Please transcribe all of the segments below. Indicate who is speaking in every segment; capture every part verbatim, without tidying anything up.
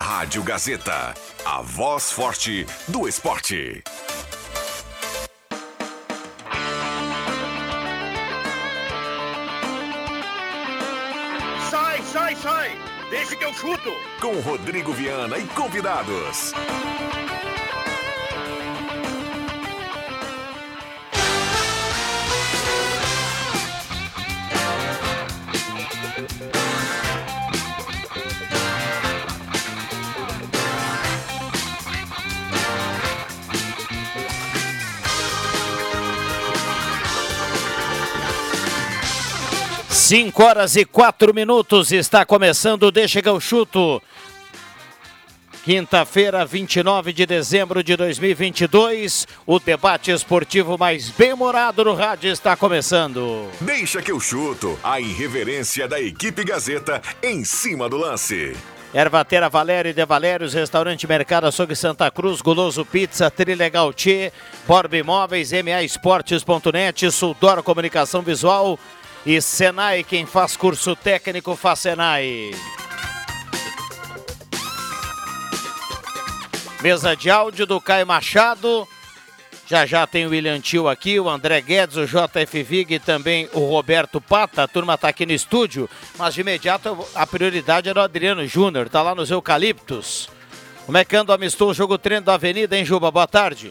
Speaker 1: Rádio Gazeta, a voz forte do esporte.
Speaker 2: Sai, sai, sai! Deixa que eu chuto!
Speaker 1: Com Rodrigo Viana e convidados.
Speaker 3: Cinco horas e quatro minutos, está começando, deixa que eu chuto. Quinta-feira, vinte e nove de dezembro de dois mil e vinte e dois, o debate esportivo mais bem-humorado no rádio está começando.
Speaker 1: Deixa que eu chuto, a irreverência da equipe Gazeta em cima do lance.
Speaker 3: Ervatera Valério e De Valérios, Restaurante Mercado Açougue Santa Cruz, Guloso Pizza, Trilegal Tchê, Borba Imóveis, M A Esportes ponto net, Suldor Comunicação Visual e Senai, quem faz curso técnico faz Senai. Mesa de áudio do Caio Machado. Já já tem o William Tio aqui, o André Guedes, o J F Vig e também o Roberto Pata. A turma está aqui no estúdio, mas de imediato a prioridade era o Adriano Júnior, está lá nos Eucaliptos. Como é que anda o amistoso jogo treino da Avenida, hein, Juba? Boa tarde.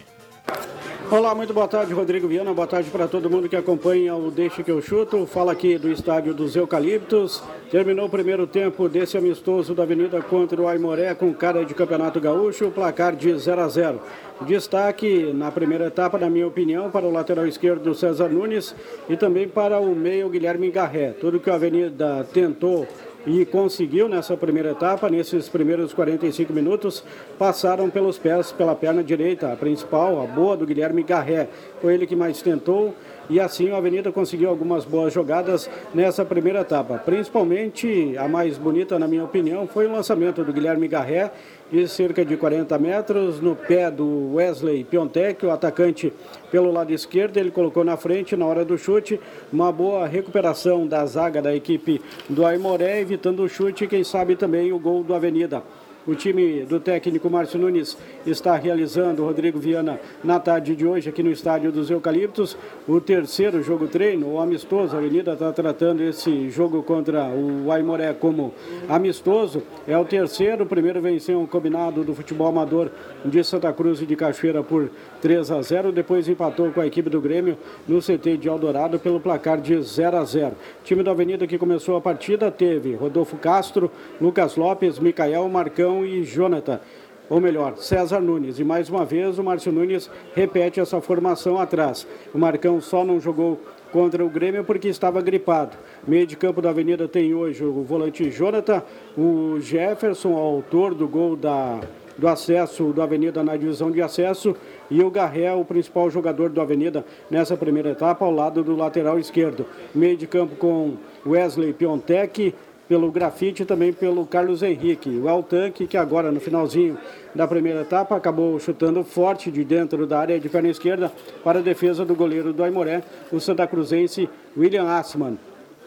Speaker 4: Olá, muito boa tarde, Rodrigo Viana, boa tarde para todo mundo que acompanha o Deixa que eu chuto. Fala aqui do estádio dos Eucaliptos. Terminou o primeiro tempo desse amistoso da Avenida contra o Aimoré com cara de Campeonato Gaúcho, placar de zero a zero. Destaque na primeira etapa, na minha opinião, para o lateral esquerdo César Nunes e também para o meio Guilherme Garré. Tudo que a Avenida tentou e conseguiu nessa primeira etapa, nesses primeiros quarenta e cinco minutos, passaram pelos pés, pela perna direita, a principal, a boa do Guilherme Garré. Foi ele que mais tentou e assim a Avenida conseguiu algumas boas jogadas nessa primeira etapa. Principalmente a mais bonita, na minha opinião, foi o lançamento do Guilherme Garré de cerca de quarenta metros no pé do Wesley Piontek, o atacante pelo lado esquerdo, ele colocou na frente na hora do chute, uma boa recuperação da zaga da equipe do Aimoré, evitando o chute e quem sabe também o gol do Avenida. O time do técnico Márcio Nunes está realizando, Rodrigo Viana, na tarde de hoje aqui no estádio dos Eucaliptos, o terceiro jogo treino, o amistoso. A Avenida está tratando esse jogo contra o Aimoré como amistoso. É o terceiro, o primeiro venceu um combinado do futebol amador de Santa Cruz e de Cachoeira por três a zero, depois empatou com a equipe do Grêmio no C T de Eldorado pelo placar de zero a zero. O time da Avenida que começou a partida teve Rodolfo Castro, Lucas Lopes, Micael, Marcão e Jonathan, ou melhor, César Nunes. E mais uma vez o Márcio Nunes repete essa formação atrás. O Marcão só não jogou contra o Grêmio porque estava gripado. Meio de campo da Avenida tem hoje o volante Jonathan, o Jefferson, autor do gol da, do acesso da Avenida na divisão de acesso, e o Garré, o principal jogador do Avenida nessa primeira etapa, ao lado do lateral esquerdo. Meio de campo com Wesley Piontek, pelo Grafite e também pelo Carlos Henrique. O El Tanque, que agora no finalzinho da primeira etapa acabou chutando forte de dentro da área de perna esquerda para a defesa do goleiro do Aimoré, o santacruzense William Assmann.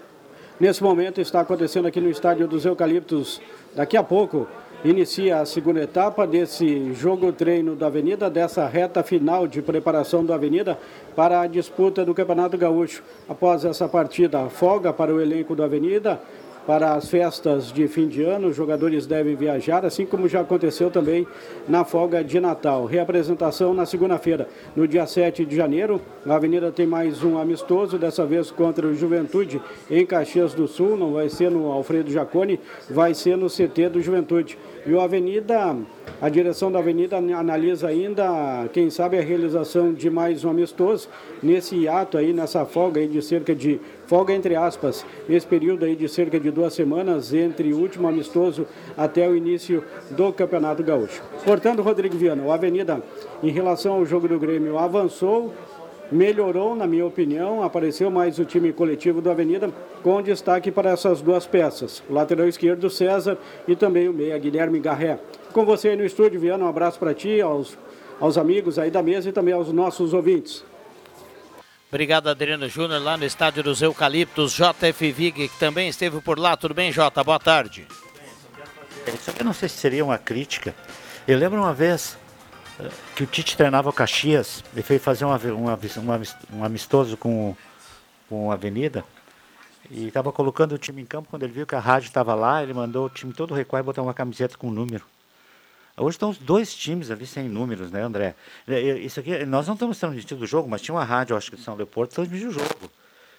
Speaker 4: Nesse momento está acontecendo aqui no estádio dos Eucaliptos. Daqui a pouco inicia a segunda etapa desse jogo treino da Avenida, dessa reta final de preparação da Avenida para a disputa do Campeonato Gaúcho. Após essa partida, folga para o elenco da Avenida. Para as festas de fim de ano, os jogadores devem viajar, assim como já aconteceu também na folga de Natal. Reapresentação na segunda-feira, no dia sete de janeiro. A Avenida tem mais um amistoso, dessa vez contra o Juventude, em Caxias do Sul. Não vai ser no Alfredo Jaconi, vai ser no C T do Juventude. E a Avenida, a direção da Avenida analisa ainda, quem sabe, a realização de mais um amistoso nesse ato aí, nessa folga aí de cerca de, folga entre aspas, nesse período aí de cerca de duas semanas, entre o último amistoso até o início do Campeonato Gaúcho. Portanto, Rodrigo Viana, o Avenida, em relação ao jogo do Grêmio, avançou, melhorou, na minha opinião, apareceu mais o time coletivo do Avenida, com destaque para essas duas peças, o lateral esquerdo César e também o meia Guilherme Garré. Com você aí no estúdio, Viana, um abraço para ti, aos, aos amigos aí da mesa e também aos nossos ouvintes.
Speaker 3: Obrigado, Adriano Júnior, lá no estádio dos Eucaliptos. J F Vig, que também esteve por lá. Tudo bem, Jota? Boa tarde.
Speaker 5: Isso aqui eu não sei se seria uma crítica. Eu lembro uma vez uh, que o Tite treinava o Caxias, ele foi fazer uma, uma, uma, um amistoso com, com a Avenida, e estava colocando o time em campo. Quando ele viu que a rádio estava lá, ele mandou o time todo recuar e botar uma camiseta com número. Hoje estão os dois times ali sem números, né, André? Isso aqui, nós não estamos transmitindo o jogo, mas tinha uma rádio, acho que de São Leopoldo, transmitiu o jogo.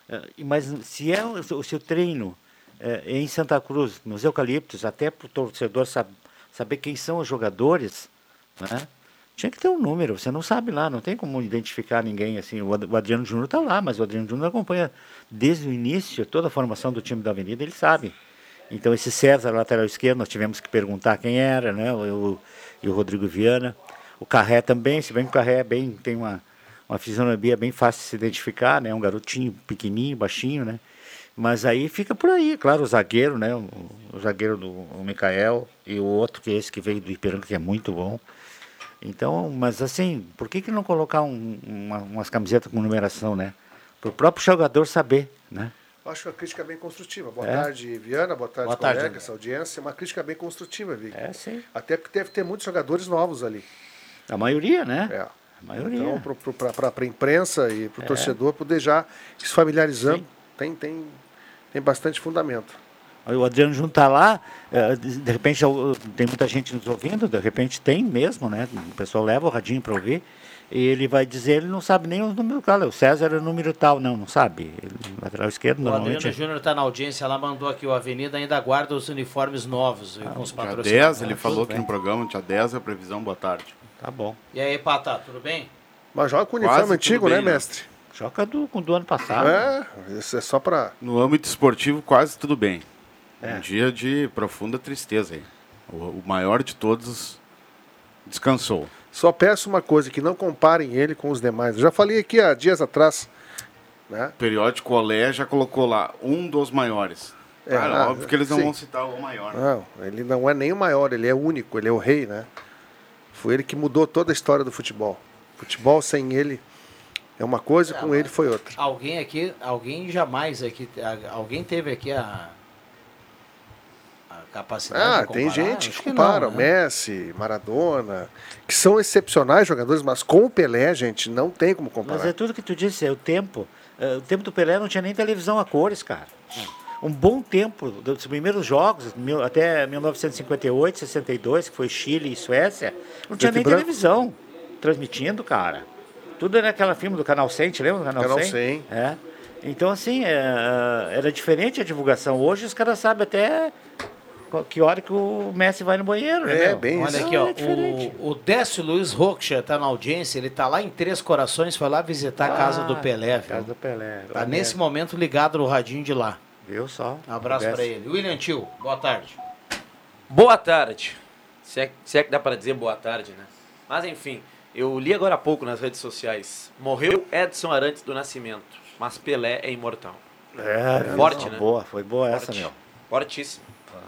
Speaker 5: Mas se é o seu treino é, em Santa Cruz, nos Eucaliptos, até para o torcedor sab, saber quem são os jogadores, né? Tinha que ter um número. Você não sabe lá, não tem como identificar ninguém assim. O Adriano Júnior está lá, mas o Adriano Júnior acompanha desde o início toda a formação do time da Avenida, ele sabe. Então esse César, lateral esquerdo, nós tivemos que perguntar quem era, né? O, o, e o Rodrigo Viana. O Carré também, se bem que o Carré é bem, tem uma, uma fisionomia bem fácil de se identificar, né? Um garotinho pequenininho, baixinho, né? Mas aí fica por aí, claro, o zagueiro, né? O, o zagueiro do o Micael e o outro, que é esse que veio do Ipiranga, que é muito bom. Então, mas assim, por que que não colocar um, uma, umas camisetas com numeração, né? Para o próprio jogador saber, né?
Speaker 6: Acho uma crítica bem construtiva. Boa
Speaker 5: é.
Speaker 6: tarde, Viana. Boa tarde,
Speaker 5: Boa
Speaker 6: colega,
Speaker 5: tarde,
Speaker 6: essa audiência. Uma crítica bem construtiva, Vic.
Speaker 5: É, sim.
Speaker 6: Até porque deve ter muitos jogadores novos ali.
Speaker 5: A maioria, né?
Speaker 6: É.
Speaker 5: A maioria.
Speaker 6: Então, para a imprensa e para o é. torcedor poder já se familiarizando, tem, tem, tem bastante fundamento.
Speaker 5: O Adriano Júnior está lá, de repente tem muita gente nos ouvindo, de repente tem mesmo, né? O pessoal leva o radinho para ouvir. E ele vai dizer, ele não sabe nem o número tal. O César é o número tal, não, não sabe. Ele, lateral esquerdo,
Speaker 3: o
Speaker 5: normalmente...
Speaker 3: Adriano Júnior está na audiência lá, mandou aqui, o Avenida ainda aguarda os uniformes novos. Ah, com os
Speaker 7: dia dez, ele falou aqui no programa, dia dez é a previsão, boa tarde.
Speaker 5: Tá bom.
Speaker 3: E aí, Patá, tudo bem?
Speaker 6: Mas joga com o uniforme antigo, bem, né, mestre?
Speaker 5: Joga do, com do ano passado.
Speaker 6: É, isso é só para...
Speaker 7: No âmbito esportivo, quase tudo bem. É. Um dia de profunda tristeza aí. O, o maior de todos descansou.
Speaker 6: Só peço uma coisa, que não comparem ele com os demais. Eu já falei aqui há dias atrás. Né?
Speaker 7: O periódico Olé já colocou lá, um dos maiores. É, Cara, ah, óbvio que eles não sim. vão citar o maior.
Speaker 6: Não, ele não é nem o maior, ele é único, ele é o rei, né? Foi ele que mudou toda a história do futebol. Futebol sem ele é uma coisa, é, com ele foi outra.
Speaker 3: Alguém aqui, alguém jamais aqui, alguém teve aqui a... capacidade
Speaker 6: ah,
Speaker 3: de comparar?
Speaker 6: tem gente
Speaker 3: Acho
Speaker 6: que compara,
Speaker 3: que não, né?
Speaker 6: Messi, Maradona, que são excepcionais jogadores, mas com o Pelé, gente, não tem como comparar.
Speaker 5: Mas é tudo que tu disse, é o tempo. Uh, o tempo do Pelé não tinha nem televisão a cores, cara. Um bom tempo, dos primeiros jogos, mil, até mil novecentos e cinquenta e oito, sessenta e dois, que foi Chile e Suécia, não tinha nem branco. televisão transmitindo, cara. Tudo era aquela filme do Canal cem, te lembra do Canal,
Speaker 6: Canal
Speaker 5: cem?
Speaker 6: cem.
Speaker 5: É. Então, assim, é, era diferente a divulgação. Hoje os caras sabem até... que hora que o Messi vai no banheiro, né?
Speaker 6: É,
Speaker 5: meu?
Speaker 6: bem
Speaker 3: Olha
Speaker 6: isso.
Speaker 3: aqui, ó,
Speaker 5: é
Speaker 3: o, o Décio Luiz Rocha tá na audiência, ele tá lá em Três Corações, foi lá visitar ah, a casa do Pelé, viu?
Speaker 5: Casa do Pelé.
Speaker 3: Tá nesse momento ligado no radinho de lá.
Speaker 5: Viu só?
Speaker 3: Um abraço para ele. William Tio, boa tarde.
Speaker 8: Boa tarde. Se é, se é que dá para dizer boa tarde, né? Mas enfim, eu li agora há pouco nas redes sociais. Morreu Edson Arantes do Nascimento, mas Pelé é imortal.
Speaker 5: É,
Speaker 8: forte,
Speaker 5: não,
Speaker 8: né?
Speaker 5: Boa, foi boa
Speaker 8: Forte.
Speaker 5: essa, meu.
Speaker 8: Fortíssimo.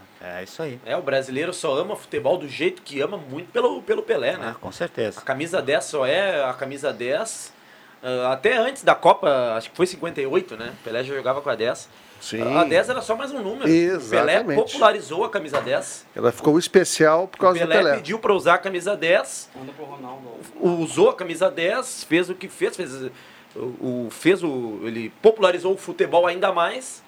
Speaker 5: É isso aí.
Speaker 8: É, o brasileiro só ama futebol do jeito que ama muito pelo, pelo Pelé, né?
Speaker 5: Ah, com certeza.
Speaker 8: A camisa dez só é a camisa dez. Uh, até antes da Copa, acho que foi cinquenta e oito, né? Pelé já jogava com a dez.
Speaker 6: Sim.
Speaker 8: A dez era só mais um número.
Speaker 6: Exatamente.
Speaker 8: Pelé popularizou a camisa dez.
Speaker 6: Ela ficou especial por causa
Speaker 8: o Pelé
Speaker 6: do Pelé.
Speaker 8: pediu para usar a camisa dez. Manda pro Ronaldo. Usou a camisa dez, fez o que fez, fez o, o fez o ele popularizou o futebol ainda mais.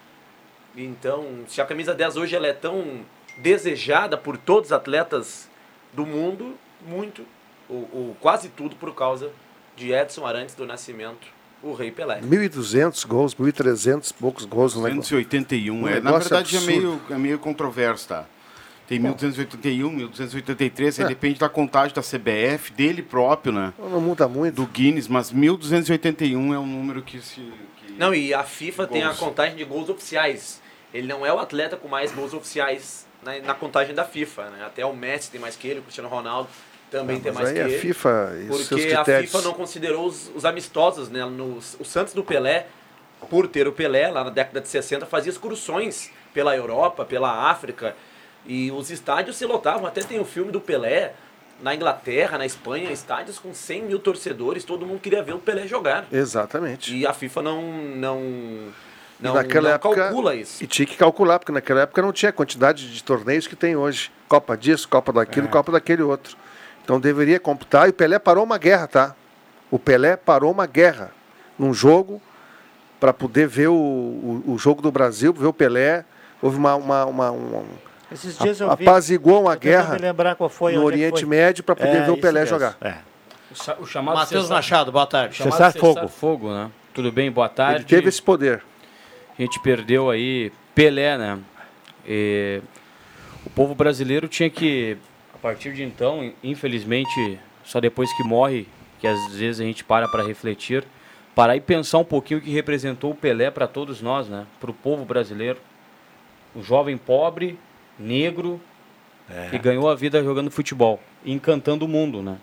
Speaker 8: Então, se a camisa dez hoje ela é tão desejada por todos os atletas do mundo, muito, ou, ou quase tudo por causa de Edson Arantes do Nascimento, o Rei Pelé.
Speaker 6: mil e duzentos gols, mil e trezentos poucos gols.
Speaker 7: duzentos e oitenta e um, é, na verdade é meio, é meio controverso, tá? Tem mil duzentos e oitenta e um, mil duzentos e oitenta e três, é. depende da contagem da C B F, dele próprio, né?
Speaker 6: Não muda muito.
Speaker 7: Do Guinness, mas mil duzentos e oitenta e um é um número que se... Que...
Speaker 8: Não, e a FIFA
Speaker 7: gols.
Speaker 8: tem a contagem de gols oficiais. Ele não é o atleta com mais gols oficiais na, na contagem da FIFA, né? Até o Messi tem mais que ele, o Cristiano Ronaldo também
Speaker 6: não,
Speaker 8: tem mais
Speaker 6: aí
Speaker 8: que
Speaker 6: a
Speaker 8: ele.
Speaker 6: FIFA e
Speaker 8: porque
Speaker 6: seus
Speaker 8: a
Speaker 6: critérios.
Speaker 8: FIFA não considerou os, os amistosos, né? Nos, o Santos do Pelé, por ter o Pelé, lá na década de sessenta, fazia excursões pela Europa, pela África, e os estádios se lotavam. Até tem o filme do Pelé na Inglaterra, na Espanha, estádios com cem mil torcedores, todo mundo queria ver o Pelé jogar.
Speaker 6: Exatamente.
Speaker 8: E a FIFA não... não Não,
Speaker 6: naquela
Speaker 8: não
Speaker 6: época,
Speaker 8: calcula isso.
Speaker 6: E tinha que calcular, porque naquela época não tinha a quantidade de torneios que tem hoje. Copa disso, Copa daquilo, é. Copa daquele outro. Então deveria computar. E o Pelé parou uma guerra, tá? O Pelé parou uma guerra num jogo para poder ver o, o, o jogo do Brasil, ver o Pelé. Houve uma... uma, uma, uma
Speaker 5: Esses dias eu vi,
Speaker 6: apaziguou uma guerra
Speaker 5: qual foi,
Speaker 6: no Oriente
Speaker 5: foi.
Speaker 6: Médio para poder
Speaker 5: é,
Speaker 6: ver o Pelé
Speaker 5: mesmo.
Speaker 6: jogar.
Speaker 5: É.
Speaker 8: O chamado
Speaker 3: Matheus Machado, boa tarde.
Speaker 8: Chamado
Speaker 5: Cessar
Speaker 8: Cessar
Speaker 5: Fogo.
Speaker 8: Fogo, né? Tudo bem, boa tarde.
Speaker 6: Ele teve esse poder.
Speaker 8: A gente perdeu aí Pelé, né? E o povo brasileiro tinha que, a partir de então, infelizmente, só depois que morre, que às vezes a gente para para refletir, parar e pensar um pouquinho o que representou o Pelé para todos nós, né? Para o povo brasileiro. Um jovem pobre, negro, é. que ganhou a vida jogando futebol, encantando o mundo, né?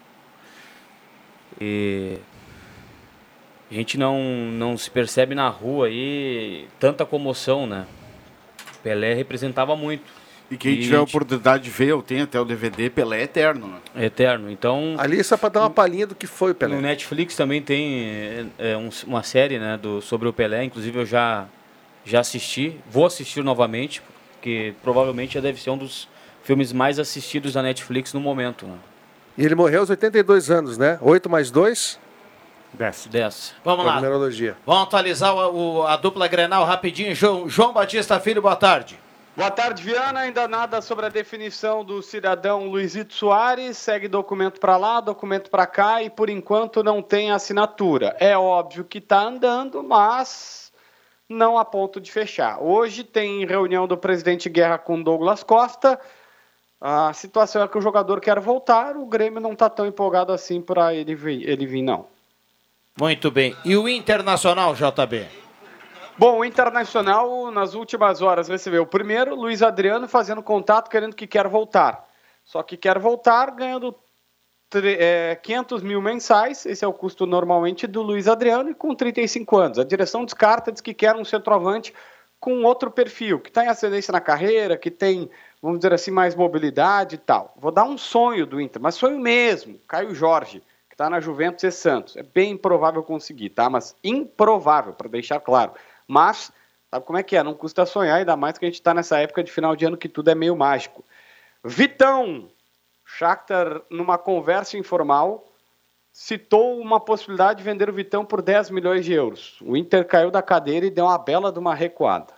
Speaker 8: E a gente não, não se percebe na rua aí tanta comoção, né? Pelé representava muito.
Speaker 7: E quem e tiver a oportunidade de ver, eu tenho até o D V D, Pelé é eterno, né?
Speaker 8: Eterno, então...
Speaker 6: Ali só para dar uma palhinha do que foi o Pelé.
Speaker 8: No Netflix também tem é, um, uma série, né, do, sobre o Pelé, inclusive eu já, já assisti, vou assistir novamente, porque provavelmente já deve ser um dos filmes mais assistidos da Netflix no momento, né?
Speaker 6: E ele morreu aos oitenta e dois anos, né? oito mais dois?
Speaker 8: dez. dez.
Speaker 3: Vamos lá.
Speaker 6: Numerologia.
Speaker 3: Vamos atualizar o, o, a dupla Grenal rapidinho. João, João Batista Filho, boa tarde.
Speaker 9: Boa tarde, Viana. Ainda nada sobre a definição do cidadão Luizito Soares. Segue documento para lá, documento para cá e, por enquanto, não tem assinatura. É óbvio que está andando, mas não a ponto de fechar. Hoje tem reunião do presidente Guerra com Douglas Costa. A situação é que o jogador quer voltar. O Grêmio não está tão empolgado assim para ele vir, ele vir, não.
Speaker 3: Muito bem. E o Internacional, J B?
Speaker 9: Bom, o Internacional, nas últimas horas, recebeu primeiro Luiz Adriano fazendo contato, querendo que quer voltar. Só que quer voltar ganhando é, quinhentos mil mensais, esse é o custo normalmente do Luiz Adriano, e com trinta e cinco anos. A direção descarta, diz que quer um centroavante com outro perfil, que está em ascendência na carreira, que tem, vamos dizer assim, mais mobilidade e tal. Vou dar um sonho do Inter, mas sonho mesmo, Caio Jorge, que está na Juventus e Santos. É bem improvável conseguir, tá? Mas improvável, para deixar claro. Mas, sabe como é que é? Não custa sonhar, ainda mais que a gente está nessa época de final de ano que tudo é meio mágico. Vitão, Shakhtar, numa conversa informal, citou uma possibilidade de vender o Vitão por dez milhões de euros. O Inter caiu da cadeira e deu uma bela de uma recuada.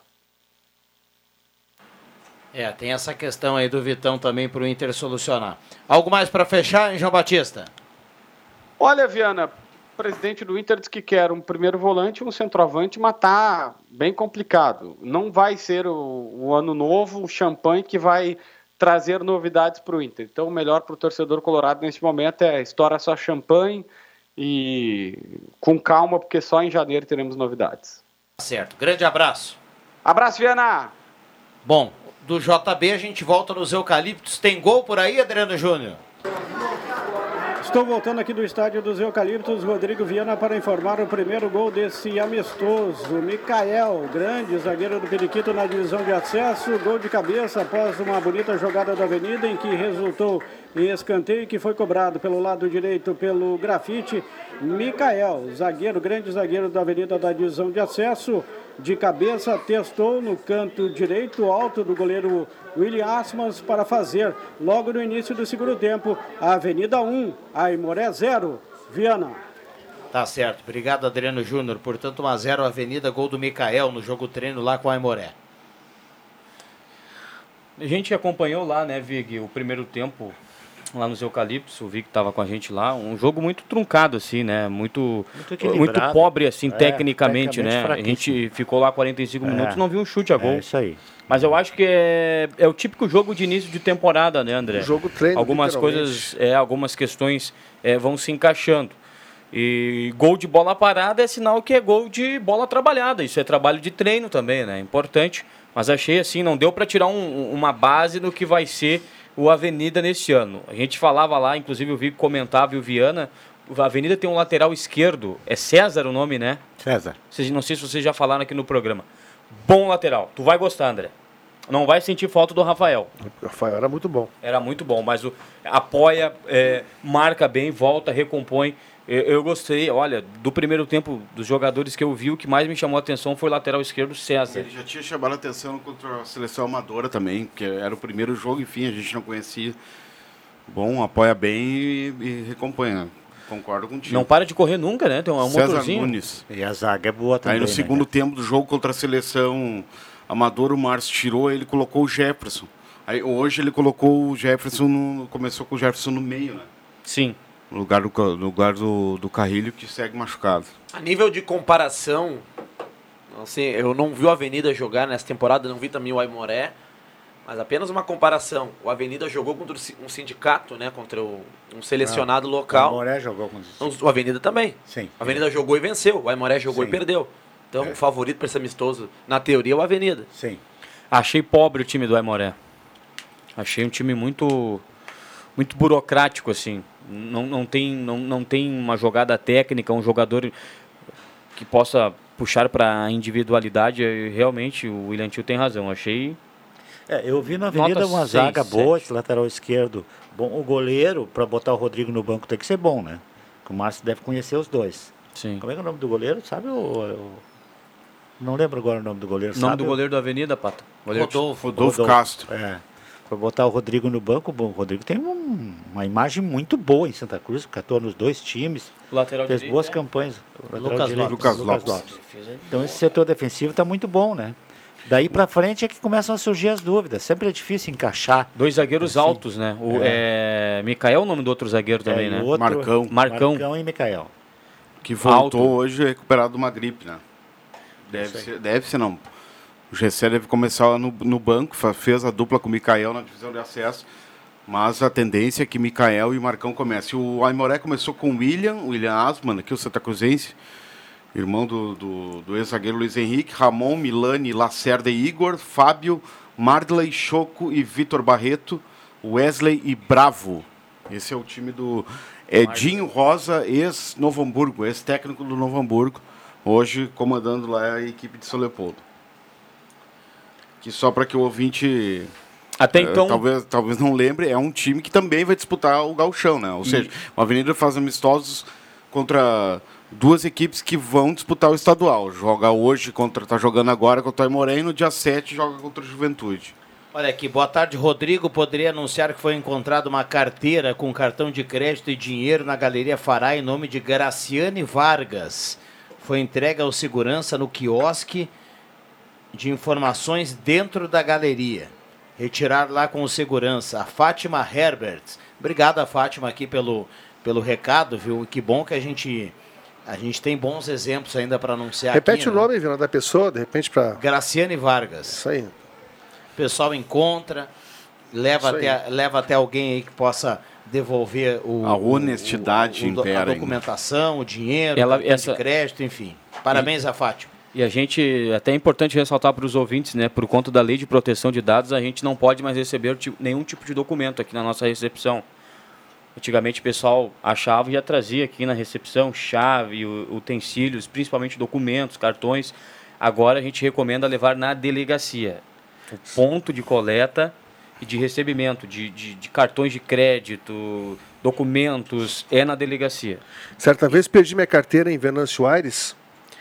Speaker 3: É, tem essa questão aí do Vitão também para o Inter solucionar. Algo mais para fechar, hein, João Batista?
Speaker 9: Olha, Viana, o presidente do Inter diz que quer um primeiro volante e um centroavante, mas tá bem complicado. Não vai ser o, o ano novo, o champanhe que vai trazer novidades para o Inter. Então, o melhor para o torcedor colorado nesse momento é estourar só champanhe e com calma, porque só em janeiro teremos novidades.
Speaker 3: Certo. Grande abraço.
Speaker 9: Abraço, Viana.
Speaker 3: Bom, do J B a gente volta nos Eucaliptos. Tem gol por aí, Adriano Júnior?
Speaker 4: Estou voltando aqui do estádio dos Eucaliptos, Rodrigo Viana, para informar o primeiro gol desse amistoso. Micael, grande zagueiro do Periquito na divisão de acesso, gol de cabeça após uma bonita jogada da Avenida, em que resultou em escanteio, que foi cobrado pelo lado direito pelo Grafite. Micael, zagueiro, grande zagueiro da Avenida da divisão de acesso, de cabeça, testou no canto direito alto do goleiro William Asmas para fazer, logo no início do segundo tempo, a Avenida um, Aimoré zero, Viana.
Speaker 3: Tá certo, obrigado Adriano Júnior. Portanto, um a zero Avenida, gol do Micael no jogo treino lá com a Aimoré.
Speaker 8: A gente acompanhou lá, né, Vig, o primeiro tempo lá nos Eucaliptos, o Vig estava com a gente lá, um jogo muito truncado, assim, né, muito, muito, muito pobre, assim, é, tecnicamente, né, a gente ficou lá quarenta e cinco é. minutos, não viu um chute a gol. É isso aí. Mas eu acho que é, é o típico jogo de início de temporada, né, André?
Speaker 6: Jogo treino,
Speaker 8: algumas coisas, é, algumas questões é, vão se encaixando. E gol de bola parada é sinal que é gol de bola trabalhada, isso é trabalho de treino também, né, importante. Mas achei assim, não deu para tirar um, uma base do que vai ser o Avenida neste ano. A gente falava lá, inclusive eu vi que comentava e o Viana, a Avenida tem um lateral esquerdo, é César o nome, né?
Speaker 5: César.
Speaker 8: Vocês, não sei se vocês já falaram aqui no programa. Bom lateral, tu vai gostar, André. Não vai sentir falta do Rafael.
Speaker 6: O Rafael era muito bom.
Speaker 8: Era muito bom, mas o, apoia, é, marca bem, volta, recompõe.
Speaker 10: Eu, eu gostei, olha, do primeiro tempo dos jogadores que eu vi, o que mais me chamou a atenção foi o lateral esquerdo César.
Speaker 7: Ele já tinha chamado a atenção contra a seleção amadora também, que era o primeiro jogo, enfim, a gente não conhecia. Bom, apoia bem e, e recompanha. Concordo contigo.
Speaker 10: Não para de correr nunca, né? Tem um
Speaker 7: César
Speaker 10: motorzinho.
Speaker 7: Nunes.
Speaker 5: E a zaga é boa também.
Speaker 7: Aí no
Speaker 5: né,
Speaker 7: segundo
Speaker 5: cara?
Speaker 7: tempo do jogo contra a seleção amadora, o Márcio tirou, ele colocou o Jefferson. Aí hoje ele colocou o Jefferson, no, começou com o Jefferson no meio, né?
Speaker 10: Sim.
Speaker 7: No lugar do, no lugar do, do Carrilho, que segue machucado.
Speaker 8: A nível de comparação, assim, eu não vi o Avenida jogar nessa temporada, não vi também o Aimoré, mas apenas uma comparação. O Avenida jogou contra um sindicato, né, contra um selecionado
Speaker 5: não,
Speaker 8: local.
Speaker 5: O Aimoré jogou contra
Speaker 8: o Avenida também.
Speaker 5: Sim.
Speaker 8: O Avenida jogou e venceu, o Aimoré jogou Sim. e perdeu. Então, é. o favorito para esse amistoso, na teoria, é o Avenida.
Speaker 5: Sim.
Speaker 10: Achei pobre o time do Aimoré. Achei um time muito, muito burocrático, assim. Não, não, tem, não, não tem uma jogada técnica, um jogador que possa puxar para a individualidade. Realmente, o William Tio tem razão. Achei...
Speaker 5: É, eu vi na Avenida
Speaker 10: Nota
Speaker 5: uma
Speaker 10: seis,
Speaker 5: zaga
Speaker 10: sete.
Speaker 5: boa, esse lateral esquerdo. Bom, o goleiro, para botar o Rodrigo no banco, tem que ser bom, né? O Márcio deve conhecer os dois.
Speaker 10: Sim.
Speaker 5: Como é que é o nome do goleiro? Sabe o... o... Não lembro agora o nome do goleiro.
Speaker 10: O nome
Speaker 5: sabe?
Speaker 10: do goleiro da Avenida, Pato? Goleiro
Speaker 7: Rodolfo, Rodolfo, Rodolfo Castro.
Speaker 5: É. Para botar o Rodrigo no banco, bom, o Rodrigo tem um, uma imagem muito boa em Santa Cruz, que atua nos dois times.
Speaker 10: O lateral
Speaker 5: fez
Speaker 10: direito,
Speaker 5: boas
Speaker 10: é?
Speaker 5: campanhas. O
Speaker 3: Lucas
Speaker 5: direito,
Speaker 7: Lucas
Speaker 5: Lucas
Speaker 7: Lopes.
Speaker 5: Lopes. Então esse setor defensivo está muito bom, né? Daí para frente é que começam a surgir as dúvidas. Sempre é difícil encaixar.
Speaker 10: Dois zagueiros assim, altos, né? O é. É, Micael é o nome do outro zagueiro também,
Speaker 5: é,
Speaker 10: né?
Speaker 5: Outro,
Speaker 7: Marcão.
Speaker 10: Marcão.
Speaker 5: Marcão e Micael.
Speaker 7: Que voltou
Speaker 10: Alto.
Speaker 7: hoje recuperado de uma gripe, né? Deve ser, deve ser, não. O Gessé deve começar no, no banco, fez a dupla com o Micael na divisão de acesso, mas a tendência é que Micael e Marcão comecem. O Aimoré começou com o William, o William Asman, aqui o Santa Cruzense, irmão do, do, do ex-zagueiro Luiz Henrique, Ramon, Milani, Lacerda e Igor, Fábio, Mardley, Choco e Vitor Barreto, Wesley e Bravo. Esse é o time do Edinho Rosa, ex-Novo Hamburgo, ex-técnico do Novo Hamburgo, hoje comandando lá a equipe de São Leopoldo. Que só para que o ouvinte
Speaker 10: até então
Speaker 7: uh, talvez, talvez não lembre, é um time que também vai disputar o gauchão, né? Ou e... seja, a Avenida faz amistosos contra duas equipes que vão disputar o estadual. Joga hoje contra, tá jogando agora contra o Aimoré e no dia sete joga contra o Juventude.
Speaker 3: Olha aqui, boa tarde, Rodrigo. Poderia anunciar que foi encontrada uma carteira com cartão de crédito e dinheiro na Galeria Fará em nome de Graciane Vargas. Foi entregue ao segurança no quiosque de informações dentro da galeria. Retirar lá com o segurança. A Fátima Herbert. Obrigado a Fátima aqui pelo, pelo recado, viu? Que bom que a gente, a gente tem bons exemplos ainda para anunciar.
Speaker 6: Repete
Speaker 3: aqui,
Speaker 6: o nome, né? Vila, da pessoa, de repente para...
Speaker 3: Graciane Vargas.
Speaker 6: Isso aí.
Speaker 3: O pessoal encontra, leva até, leva até alguém aí que possa devolver o,
Speaker 7: a honestidade
Speaker 3: o, o,
Speaker 7: impera,
Speaker 3: a documentação, hein? O dinheiro,
Speaker 10: Ela,
Speaker 3: o
Speaker 10: essa...
Speaker 3: de crédito, enfim. Parabéns e... a Fátima.
Speaker 10: E a gente, até é importante ressaltar para os ouvintes, né, por conta da lei de proteção de dados, a gente não pode mais receber nenhum tipo de documento aqui na nossa recepção. Antigamente o pessoal achava e já trazia aqui na recepção chave, utensílios, principalmente documentos, cartões. Agora a gente recomenda levar na delegacia. O ponto de coleta e de recebimento de, de, de cartões de crédito, documentos, é na delegacia.
Speaker 6: Certa vez perdi minha carteira em Venâncio Aires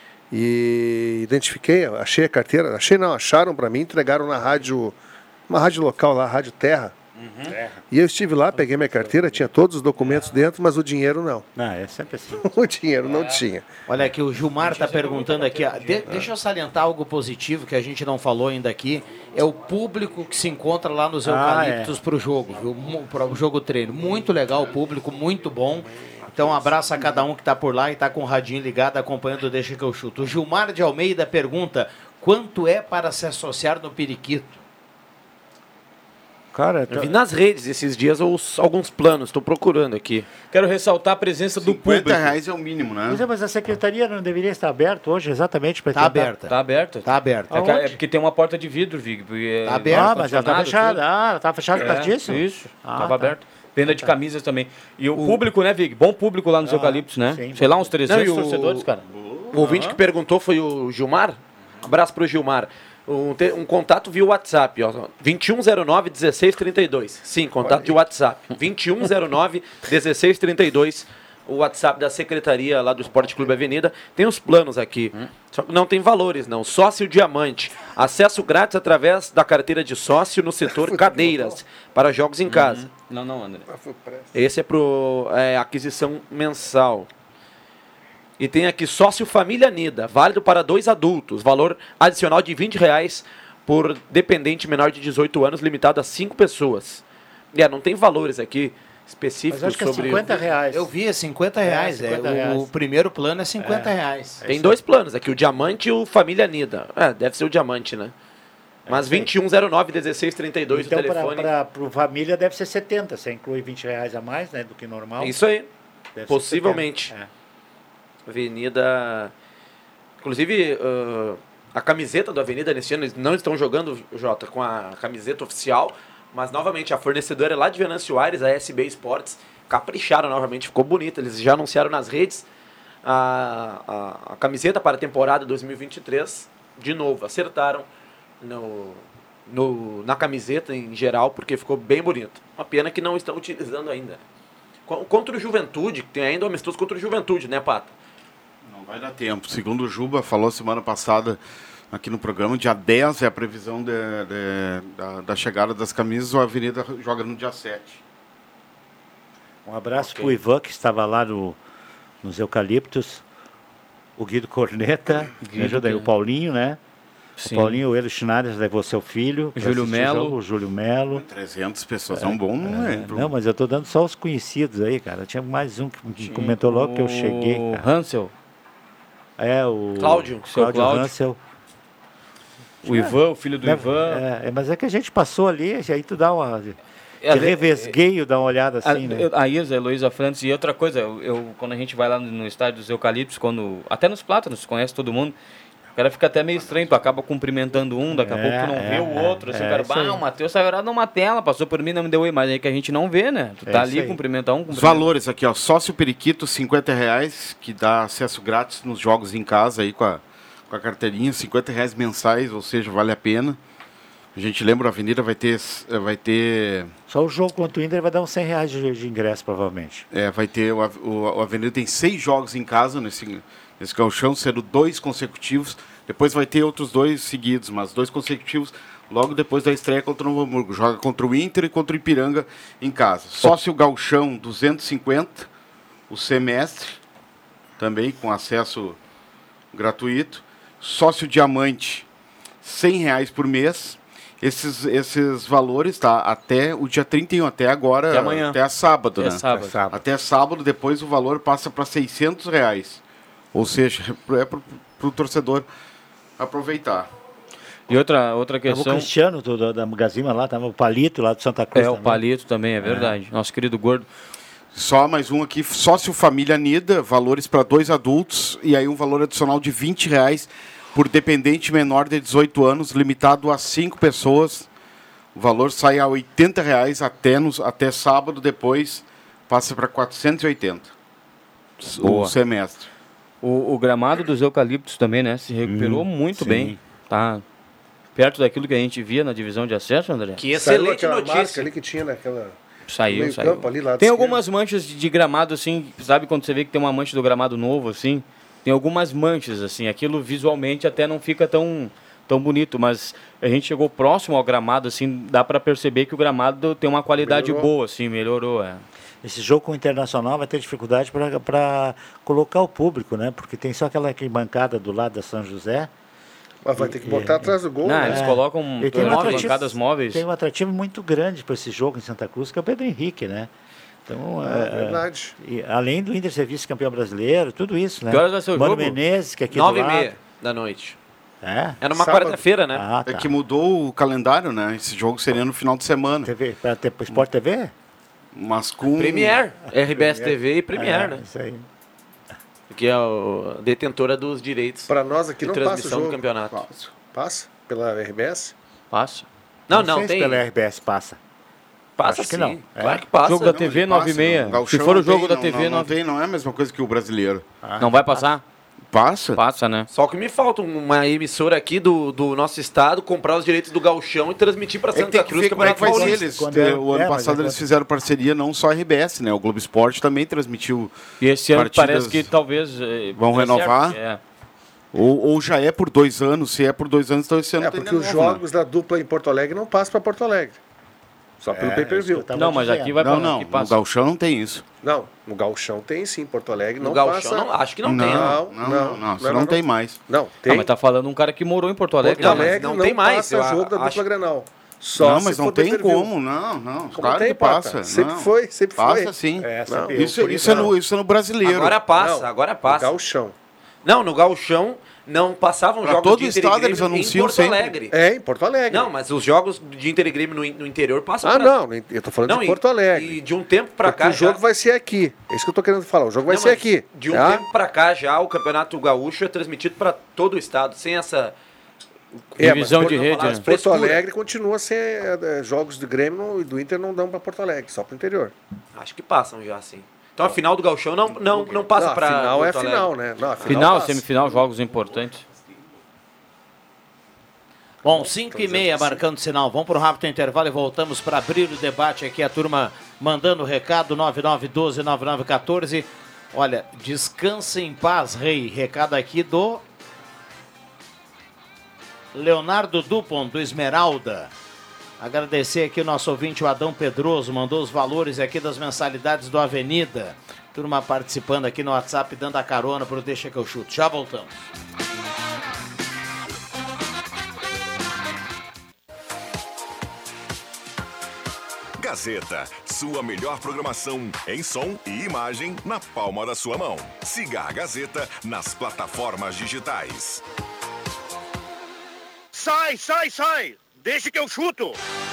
Speaker 6: e identifiquei, achei a carteira, achei não, acharam para mim, entregaram na rádio, uma rádio local lá, a Rádio Terra. Uhum. E eu estive lá, peguei minha carteira, tinha todos os documentos dentro, mas o dinheiro não.
Speaker 5: Não, é sempre assim.
Speaker 6: O dinheiro não tinha.
Speaker 3: Olha aqui, o Gilmar está perguntando aqui, de, deixa eu salientar algo positivo que a gente não falou ainda aqui, é o público que se encontra lá nos Eucaliptos ah, é. para o jogo, viu? Para o jogo treino. Muito legal o público, muito bom. Então, um abraço a cada um que está por lá e está com o radinho ligado, acompanhando o Deixa que eu chuto. O Gilmar de Almeida pergunta, quanto é para se associar no Periquito?
Speaker 8: Cara, tá... Eu vi nas redes esses dias os, alguns planos, estou procurando aqui.
Speaker 10: Quero ressaltar a presença do público.
Speaker 7: cinquenta reais é o mínimo, né?
Speaker 5: Mas, é, mas a secretaria não deveria estar aberta hoje exatamente para
Speaker 3: Está aberta.
Speaker 10: Está aberta?
Speaker 3: Está aberta.
Speaker 10: É, é porque tem uma porta de vidro, Vig.
Speaker 3: Está aberta.
Speaker 5: Ah, mas ela está fechada. Ah, ela está fechada por causa disso?
Speaker 10: Isso, estava
Speaker 5: ah, tá.
Speaker 10: aberto. Venda de camisas também. E o, o público, né, Vig? Bom público lá nos ah, Eucaliptos, né? Sim. Sei lá, uns trezentos não, torcedores, o... cara.
Speaker 8: O ouvinte uhum. que perguntou foi o Gilmar. Um abraço pro Gilmar. Um, te, um contato via WhatsApp, ó. vinte e um zero nove, dezesseis trinta e dois. Sim, contato de WhatsApp. vinte e um zero nove, dezesseis trinta e dois. o WhatsApp da secretaria lá do Esporte Clube Avenida. Tem os planos aqui. Hum. Só que não tem valores, não. Sócio Diamante. Acesso grátis através da carteira de sócio no setor cadeiras para jogos em casa.
Speaker 10: Uhum. Não, não, André.
Speaker 8: Esse é para é, aquisição mensal. E tem aqui Sócio Família Nida, válido para dois adultos. Valor adicional de vinte reais por dependente menor de dezoito anos, limitado a cinco pessoas. É, não tem valores aqui específicos
Speaker 5: Mas acho que
Speaker 8: sobre...
Speaker 5: é cinquenta reais.
Speaker 3: Eu vi, é cinquenta reais. É,
Speaker 5: cinquenta
Speaker 3: o,
Speaker 5: reais.
Speaker 3: o primeiro plano é cinquenta reais.
Speaker 8: Tem dois planos aqui, o Diamante e o Família Nida. É, deve ser o Diamante, né? Mas vinte e um zero nove, dezesseis trinta e dois
Speaker 5: Então,
Speaker 8: o telefone.
Speaker 5: para o família deve ser setenta, você inclui vinte reais a mais, né, do que normal.
Speaker 8: Isso aí,
Speaker 5: Deve ser
Speaker 8: possivelmente.
Speaker 5: setenta.
Speaker 8: Avenida... Inclusive, uh, a camiseta do Avenida nesse ano, eles não estão jogando, Jota, com a camiseta oficial, mas novamente a fornecedora é lá de Venâncio Aires, a S B Sports, capricharam novamente, ficou bonita. Eles já anunciaram nas redes a, a, a camiseta para a temporada dois mil e vinte e três, de novo, acertaram no, no, na camiseta em geral, porque ficou bem bonito. Uma pena que não estão utilizando ainda. Contra o Juventude, tem ainda um amistoso contra o Juventude, né, Pata?
Speaker 7: Não vai dar tempo. Segundo o Juba, falou semana passada aqui no programa, dia dez é a previsão de, de, da, da chegada das camisas, a Avenida joga no dia sete.
Speaker 5: Um abraço
Speaker 8: Ok.
Speaker 5: para o Ivan, que estava lá no, nos Eucaliptos, o Guido Corneta, me ajuda aí, o Paulinho, né?
Speaker 10: Sim.
Speaker 5: O Paulinho, o Elo Chinares levou seu filho. pra
Speaker 10: Júlio
Speaker 5: assistir o
Speaker 10: Melo.
Speaker 5: jogo, O Júlio Melo.
Speaker 7: trezentas pessoas, é um bom número.
Speaker 5: Não, mas eu tô dando só os conhecidos aí, cara. Tinha mais um que comentou logo que eu cheguei,
Speaker 10: O
Speaker 5: cara.
Speaker 10: Hansel,
Speaker 5: É, o
Speaker 8: Cláudio.
Speaker 10: Seu
Speaker 5: Cláudio
Speaker 10: Cláudio.
Speaker 5: Hansel.
Speaker 10: o Ivan, o filho do
Speaker 5: É,
Speaker 10: Ivan.
Speaker 5: é, mas é que a gente passou ali, aí tu dá uma...
Speaker 10: É,
Speaker 5: de revesgueio, dá uma olhada
Speaker 10: A,
Speaker 5: assim, né?
Speaker 10: eu- a Isa, a Heloísa Francis, e outra coisa, eu, eu- quando a gente vai lá no, no estádio dos Eucaliptos, quando, até nos Plátanos, conhece todo mundo, o cara fica até meio estranho, tu acaba cumprimentando um, daqui a
Speaker 5: É,
Speaker 10: pouco tu não
Speaker 5: é,
Speaker 10: vê o outro, assim,
Speaker 5: é,
Speaker 10: o cara,
Speaker 5: isso aí.
Speaker 10: bah, o Matheus saiu lá numa tela, passou por mim, não me deu oi, mas aí que a gente não vê, né? Tu
Speaker 5: É
Speaker 10: tá
Speaker 5: isso
Speaker 10: ali,
Speaker 5: aí.
Speaker 10: cumprimenta um,
Speaker 7: Os
Speaker 10: cumprimenta...
Speaker 7: valores aqui, ó, sócio periquito, cinquenta reais, que dá acesso grátis nos jogos em casa aí com a, com a carteirinha, cinquenta reais mensais, ou seja, vale a pena. A gente lembra, a Avenida vai ter, vai ter,
Speaker 5: Só o jogo contra o Inter vai dar uns cem reais de, de ingresso, provavelmente.
Speaker 7: é, vai ter, o, o, o Avenida tem seis jogos em casa nesse, nesse gauchão, sendo dois consecutivos, depois vai ter outros dois seguidos, mas dois consecutivos logo depois da estreia contra o Novo Hamburgo. Joga contra o Inter e contra o Ipiranga em casa. Sócio gauchão, duzentos e cinquenta, o semestre, também com acesso gratuito. Sócio diamante, cem reais por mês. Esses, esses valores, tá? Até o dia trinta e um, até agora,
Speaker 10: Até amanhã.
Speaker 7: até sábado,
Speaker 10: Até
Speaker 7: né?
Speaker 10: sábado.
Speaker 5: Sábado.
Speaker 7: Até sábado, depois o valor passa para seiscentos reais. Ou seja, é para o torcedor aproveitar.
Speaker 10: E outra, outra
Speaker 5: Tava o
Speaker 10: questão...
Speaker 5: Cristiano do, do- da Gazima lá, tava o Palito lá do Santa Cruz
Speaker 10: É, o
Speaker 5: também.
Speaker 10: Palito também, é verdade. Nosso querido gordo.
Speaker 7: Só mais um aqui, sócio família Nida, valores para dois adultos e aí um valor adicional de vinte reais por dependente menor de dezoito anos, limitado a cinco pessoas. O valor sai a oitenta reais até, nos, até sábado, depois passa para quatrocentos e oitenta
Speaker 10: Boa.
Speaker 7: o semestre.
Speaker 10: O, o gramado dos Eucaliptos também, né? Se recuperou
Speaker 5: Hum,
Speaker 10: muito
Speaker 5: sim.
Speaker 10: bem. Tá perto daquilo que a gente via na divisão de acesso, André?
Speaker 8: Que
Speaker 6: Saiu
Speaker 8: excelente
Speaker 6: aquela marca
Speaker 8: notícia.
Speaker 6: ali que tinha naquela...
Speaker 10: Saiu,
Speaker 6: meio
Speaker 10: saiu.
Speaker 6: campo ali, lado
Speaker 10: Tem
Speaker 6: esquerdo.
Speaker 10: algumas manchas de, de gramado, assim, sabe quando você vê que tem uma mancha do gramado novo, assim? Tem algumas manchas, assim, aquilo visualmente até não fica tão, tão bonito, mas a gente chegou próximo ao gramado, assim, dá para perceber que o gramado tem uma qualidade
Speaker 6: Melhorou.
Speaker 10: boa, assim, melhorou, é.
Speaker 5: Esse jogo com o Internacional vai ter dificuldade para colocar o público, né? Porque tem só aquela bancada do lado da São José.
Speaker 6: Mas vai ter que
Speaker 5: E-
Speaker 6: botar
Speaker 5: e-
Speaker 6: atrás do gol,
Speaker 10: Não,
Speaker 6: né?
Speaker 10: eles
Speaker 5: É.
Speaker 10: colocam
Speaker 5: E tem um
Speaker 10: nove
Speaker 5: atrativo-
Speaker 10: bancadas móveis.
Speaker 5: Tem um atrativo muito grande para esse jogo em Santa Cruz, que é o Pedro Henrique, né? Então,
Speaker 6: É
Speaker 5: é,
Speaker 6: verdade.
Speaker 5: e além do Inter ser vice-campeão brasileiro, tudo isso, né?
Speaker 10: Que horas vai ser o
Speaker 5: Mano
Speaker 10: jogo?
Speaker 5: Menezes, que é aqui
Speaker 8: Nove e
Speaker 5: do lado.
Speaker 8: meia da noite.
Speaker 5: É?
Speaker 8: É numa
Speaker 6: Sábado.
Speaker 8: quarta-feira, né?
Speaker 5: Ah, tá.
Speaker 7: É que mudou o calendário, né? Esse jogo seria no final de semana.
Speaker 5: T V, para ter Sport T V?
Speaker 7: Mas com...
Speaker 8: Premier. R B S T V e Premier,
Speaker 5: É,
Speaker 8: né?
Speaker 5: Isso aí.
Speaker 8: Que é a detentora dos direitos
Speaker 6: Para nós aqui
Speaker 8: de
Speaker 6: não passa o
Speaker 8: transmissão do
Speaker 6: jogo.
Speaker 8: campeonato.
Speaker 6: Passa? Pela R B S?
Speaker 10: Passa.
Speaker 8: Não,
Speaker 5: sei
Speaker 8: não,
Speaker 5: se
Speaker 8: tem.
Speaker 5: pela R B S passa.
Speaker 8: Passa
Speaker 5: acho que
Speaker 8: sim.
Speaker 5: não. É?
Speaker 8: Claro que passa.
Speaker 10: Jogo da
Speaker 7: Não,
Speaker 10: T V
Speaker 7: ele passa,
Speaker 10: nove e meia.
Speaker 7: não. O Gauchão
Speaker 10: Se for o
Speaker 7: não
Speaker 10: jogo
Speaker 7: tem,
Speaker 10: da
Speaker 7: não-
Speaker 10: T V
Speaker 7: não, não
Speaker 10: nove...
Speaker 7: tem, não é a mesma coisa que o brasileiro.
Speaker 5: Ah,
Speaker 10: Não vai passar?
Speaker 7: passa.
Speaker 10: Passa, né?
Speaker 8: Só que me falta uma emissora aqui do, do nosso estado comprar os direitos do Gauchão e transmitir para
Speaker 7: É que
Speaker 8: Santa
Speaker 7: tem que
Speaker 8: Cruz,
Speaker 7: ver como é que vai ser
Speaker 8: Paulista.
Speaker 7: eles.
Speaker 5: Quando é-
Speaker 7: O ano
Speaker 5: é, mas
Speaker 7: passado
Speaker 5: é
Speaker 7: eles
Speaker 5: quando-
Speaker 7: fizeram parceria não só a R B S, né? O Globo Esporte também transmitiu.
Speaker 10: E esse ano
Speaker 7: partidas-
Speaker 10: parece que talvez... eh,
Speaker 7: Vão
Speaker 10: dê
Speaker 7: renovar?
Speaker 10: certo. É.
Speaker 7: Ou, ou já é por dois anos. Se é por dois anos, então esse ano
Speaker 6: É,
Speaker 7: tem
Speaker 6: porque
Speaker 7: de
Speaker 6: os
Speaker 7: novo, né?
Speaker 6: jogos da dupla em Porto Alegre não passam para Porto Alegre. Só pelo
Speaker 5: É,
Speaker 6: pay-per-view.
Speaker 5: isso que eu tava
Speaker 10: Não, mas
Speaker 5: dizendo.
Speaker 10: aqui vai
Speaker 7: Não,
Speaker 10: pra
Speaker 7: não.
Speaker 10: aqui
Speaker 7: No
Speaker 10: passa.
Speaker 7: Gauchão não tem isso.
Speaker 6: Não, no Gauchão tem sim, Porto Alegre
Speaker 8: No
Speaker 6: não
Speaker 8: Gauchão,
Speaker 6: passa...
Speaker 8: não, acho que não,
Speaker 7: Não,
Speaker 8: tem.
Speaker 7: não,
Speaker 6: Não,
Speaker 7: não,
Speaker 6: não,
Speaker 7: isso
Speaker 6: não,
Speaker 7: não,
Speaker 6: não.
Speaker 7: tem mais.
Speaker 6: Não, tem.
Speaker 10: Ah, mas tá falando um cara que morou em Porto Alegre.
Speaker 6: Porto
Speaker 8: Não, mas
Speaker 6: Alegre
Speaker 8: não
Speaker 6: não,
Speaker 8: tem mais,
Speaker 6: passa
Speaker 8: eu
Speaker 6: jogo da
Speaker 8: acho-
Speaker 6: dupla Grenal. Só
Speaker 7: não,
Speaker 6: se
Speaker 7: mas não
Speaker 6: for
Speaker 7: tem
Speaker 6: pay-per-view.
Speaker 7: como, não, não.
Speaker 6: Como
Speaker 7: Claro
Speaker 6: tem,
Speaker 7: que passa.
Speaker 6: Pata? Sempre
Speaker 7: não.
Speaker 6: foi, sempre
Speaker 7: Passa
Speaker 6: foi.
Speaker 7: sim.
Speaker 5: É,
Speaker 6: Não,
Speaker 5: sempre-
Speaker 7: Isso,
Speaker 5: por
Speaker 7: isso, é
Speaker 5: não.
Speaker 7: no, isso é no brasileiro.
Speaker 8: Agora passa,
Speaker 6: Não,
Speaker 8: agora
Speaker 6: no
Speaker 8: passa.
Speaker 6: Gauchão.
Speaker 8: Não, no Gauchão não passavam
Speaker 7: Pra
Speaker 8: jogos
Speaker 7: todo
Speaker 8: de
Speaker 7: o
Speaker 8: Inter e
Speaker 7: estado
Speaker 8: Grêmio
Speaker 7: eles
Speaker 8: em
Speaker 7: anunciam
Speaker 8: Porto
Speaker 7: sempre.
Speaker 8: Alegre.
Speaker 6: É, em Porto Alegre.
Speaker 8: Não, mas os jogos de Inter e Grêmio no, in- no interior passam
Speaker 6: Ah,
Speaker 8: pra-
Speaker 6: não, eu tô falando
Speaker 8: Não,
Speaker 6: de
Speaker 8: e-
Speaker 6: Porto Alegre.
Speaker 8: E de um tempo pra
Speaker 6: Porque
Speaker 8: cá
Speaker 6: o jogo
Speaker 8: já...
Speaker 6: vai ser aqui. É isso que eu tô querendo falar. O jogo vai
Speaker 8: Não,
Speaker 6: ser
Speaker 8: mas
Speaker 6: aqui.
Speaker 8: De um
Speaker 6: tá?
Speaker 8: tempo pra cá já o Campeonato Gaúcho é transmitido pra todo o estado, sem essa...
Speaker 6: É,
Speaker 10: Divisão
Speaker 6: mas
Speaker 10: de
Speaker 6: Porto-
Speaker 10: rede,
Speaker 8: falar
Speaker 10: né?
Speaker 8: as
Speaker 6: Porto
Speaker 8: frescura.
Speaker 6: Alegre continua a ser é, jogos do Grêmio e do Inter não dão para Porto Alegre, só para o interior.
Speaker 8: Acho que passam já, sim. Então a final do Gauchão não, não, não passa
Speaker 6: Não, a
Speaker 8: pra
Speaker 6: final é a
Speaker 8: Porto Alegre.
Speaker 6: final, né? Não, a final,
Speaker 10: Final,
Speaker 6: passa.
Speaker 10: semifinal, jogos importantes.
Speaker 3: Bom, cinco e meia marcando sinal. Vamos para o rápido intervalo e voltamos para abrir o debate aqui. A turma mandando o recado, nove nove um dois nove nove um quatro. Olha, descansa em paz, rei. Recado aqui do Leonardo Dupont, do Esmeralda. Agradecer aqui o nosso ouvinte, o Adão Pedroso, mandou os valores aqui das mensalidades do Avenida. Turma participando aqui no WhatsApp, dando a carona para o Deixa que eu chuto. Já voltamos.
Speaker 1: Gazeta, sua melhor programação em som e imagem na palma da sua mão. Siga a Gazeta nas plataformas digitais.
Speaker 2: Sai, sai, sai! Deixa que eu chuto!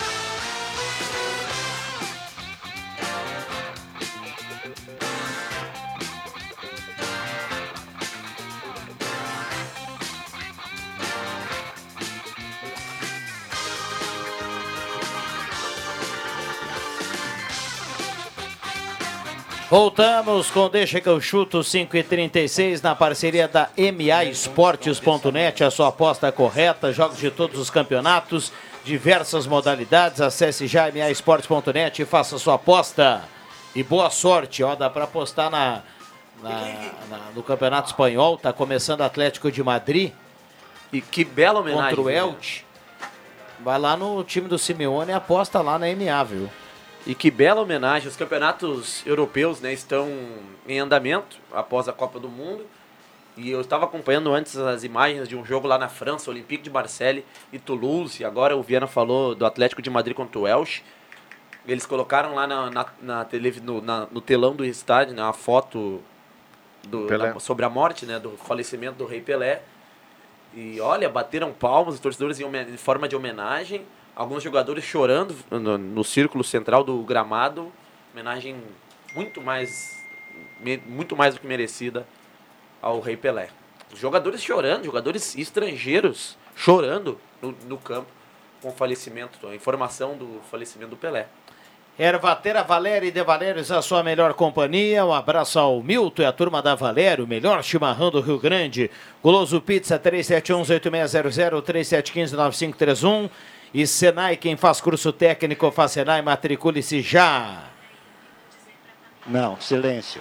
Speaker 3: Voltamos com Deixa que eu chuto cinco e trinta e seis na parceria da M A Esportes ponto net, a sua aposta correta, jogos de todos os campeonatos, diversas modalidades. Acesse já M A Esportes ponto net e faça sua aposta. E boa sorte, ó, dá para apostar na, na, na, no Campeonato Espanhol, tá começando o Atlético de Madrid.
Speaker 8: E que bela homenagem.
Speaker 3: Contra o
Speaker 8: viu?
Speaker 3: Elche. Vai lá no time do Simeone e aposta lá na M A, viu?
Speaker 8: E que bela homenagem. Os campeonatos europeus, né, estão em andamento após a Copa do Mundo. E eu estava acompanhando antes as imagens de um jogo lá na França, Olympique de Marseille e Toulouse. E agora o Viana falou do Atlético de Madrid contra o Elche. Eles colocaram lá na, na, na televi, no, na, no telão do estádio, né, uma foto do,
Speaker 6: Pelé.
Speaker 8: da, sobre a morte, né, do falecimento do Rei Pelé. E olha, bateram palmas, os torcedores em, homen- em forma de homenagem. Alguns jogadores chorando no, no círculo central do gramado. Homenagem muito mais, me, muito mais do que merecida ao Rei Pelé. Os jogadores chorando, jogadores estrangeiros chorando no, no campo com o falecimento, a informação do falecimento do Pelé.
Speaker 3: Ervatera Valério e De Valérios, a sua melhor companhia. Um abraço ao Milton e a turma da Valério, melhor chimarrão do Rio Grande. Goloso Pizza três sete um, oito seis zero zero, três sete um cinco, nove cinco três um. E Senai, quem faz curso técnico, faz Senai, matricule-se já.
Speaker 5: Não, silêncio.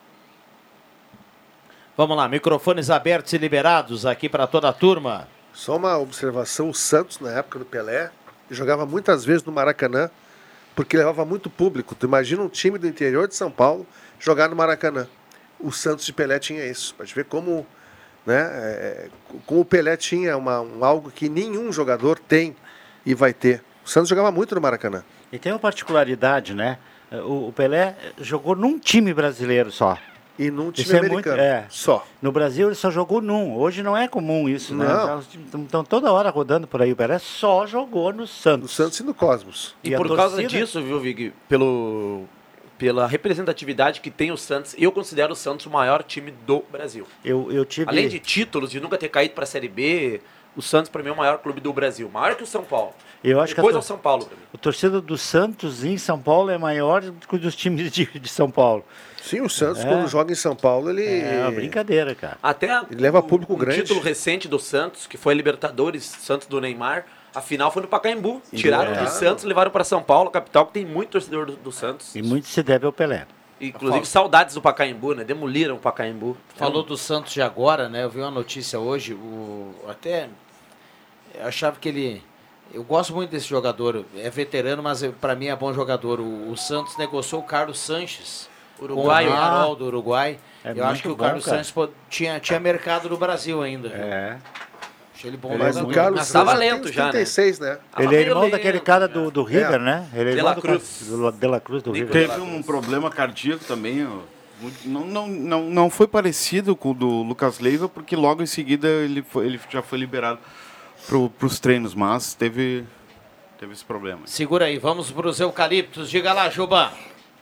Speaker 3: Vamos lá, microfones abertos e liberados aqui para toda a turma.
Speaker 6: Só uma observação, o Santos, na época do Pelé, jogava muitas vezes no Maracanã, porque levava muito público. Tu imagina um time do interior de São Paulo jogar no Maracanã. O Santos de Pelé tinha isso. Pode ver como, né, é, como o Pelé tinha uma, um, algo que nenhum jogador tem e vai ter. O Santos jogava muito no Maracanã.
Speaker 5: E tem uma particularidade, né? O, o Pelé jogou num time brasileiro só.
Speaker 6: E num time
Speaker 5: Isso é
Speaker 6: americano.
Speaker 5: muito- é.
Speaker 6: Só.
Speaker 5: No Brasil ele só jogou num. Hoje não é comum isso, né?
Speaker 6: Não.
Speaker 5: Estão toda hora rodando por aí. O Pelé só jogou no Santos.
Speaker 6: No Santos e no Cosmos.
Speaker 8: E,
Speaker 5: E a
Speaker 8: por causa
Speaker 5: torcida?
Speaker 8: disso, viu, Vig, pelo, pela representatividade que tem o Santos, eu considero o Santos o maior time do Brasil.
Speaker 5: Eu, eu tive...
Speaker 8: Além de títulos, de nunca ter caído para a Série B, O Santos, para mim, é o maior clube do Brasil. Maior que o São Paulo.
Speaker 5: Eu acho
Speaker 8: Depois
Speaker 5: que
Speaker 8: é o São Paulo, para mim.
Speaker 5: A torcida do Santos em São Paulo é maior do que dos times de, de São Paulo.
Speaker 6: Sim, o Santos,
Speaker 5: É.
Speaker 6: quando joga em São Paulo, ele...
Speaker 5: É uma brincadeira, cara.
Speaker 8: Até
Speaker 6: Ele leva público
Speaker 8: um
Speaker 6: grande.
Speaker 8: título recente do Santos, que foi a Libertadores, Santos do Neymar, a final foi no Pacaembu. Tiraram
Speaker 5: É.
Speaker 8: de Santos, levaram para São Paulo, capital, que tem muito torcedor do, do Santos.
Speaker 5: E muito se deve ao Pelé.
Speaker 8: Inclusive, saudades do Pacaembu, né? Demoliram o Pacaembu.
Speaker 3: Falou do Santos de agora, né? Eu vi uma notícia hoje, o até eu achava que ele, eu gosto muito desse jogador, é veterano, mas para mim é bom jogador. O, o Santos negociou o Carlos Sanches,
Speaker 8: Uruguaio.
Speaker 3: com o Penharol do Uruguai.
Speaker 5: É
Speaker 3: eu acho que
Speaker 5: muito
Speaker 3: o
Speaker 5: bom,
Speaker 3: Carlos
Speaker 5: cara.
Speaker 3: Sanches pô, tinha tinha mercado no Brasil ainda.
Speaker 5: É.
Speaker 3: Achei ele bom
Speaker 6: Mas
Speaker 3: jogador.
Speaker 6: o Carlos
Speaker 8: Mas tava
Speaker 6: Sanches tem
Speaker 8: lento
Speaker 6: uns
Speaker 8: já, né?
Speaker 6: trinta e seis, né?
Speaker 8: Tava
Speaker 5: Ele é
Speaker 8: meio
Speaker 5: irmão
Speaker 8: lento,
Speaker 5: daquele cara do,
Speaker 8: né?
Speaker 5: do River,
Speaker 6: É.
Speaker 5: né? Ele é
Speaker 8: De
Speaker 5: irmão
Speaker 8: la
Speaker 5: do cara-
Speaker 8: Cruz.
Speaker 5: do, de la Cruz do River.
Speaker 7: Teve um problema cardíaco também. ó. Muito- Não, não, não, não foi parecido com o do Lucas Leiva, porque logo em seguida ele, foi, ele já foi liberado para os treinos, mas teve, teve esse problema.
Speaker 3: Segura aí, vamos para os eucaliptos. Diga lá, Juba.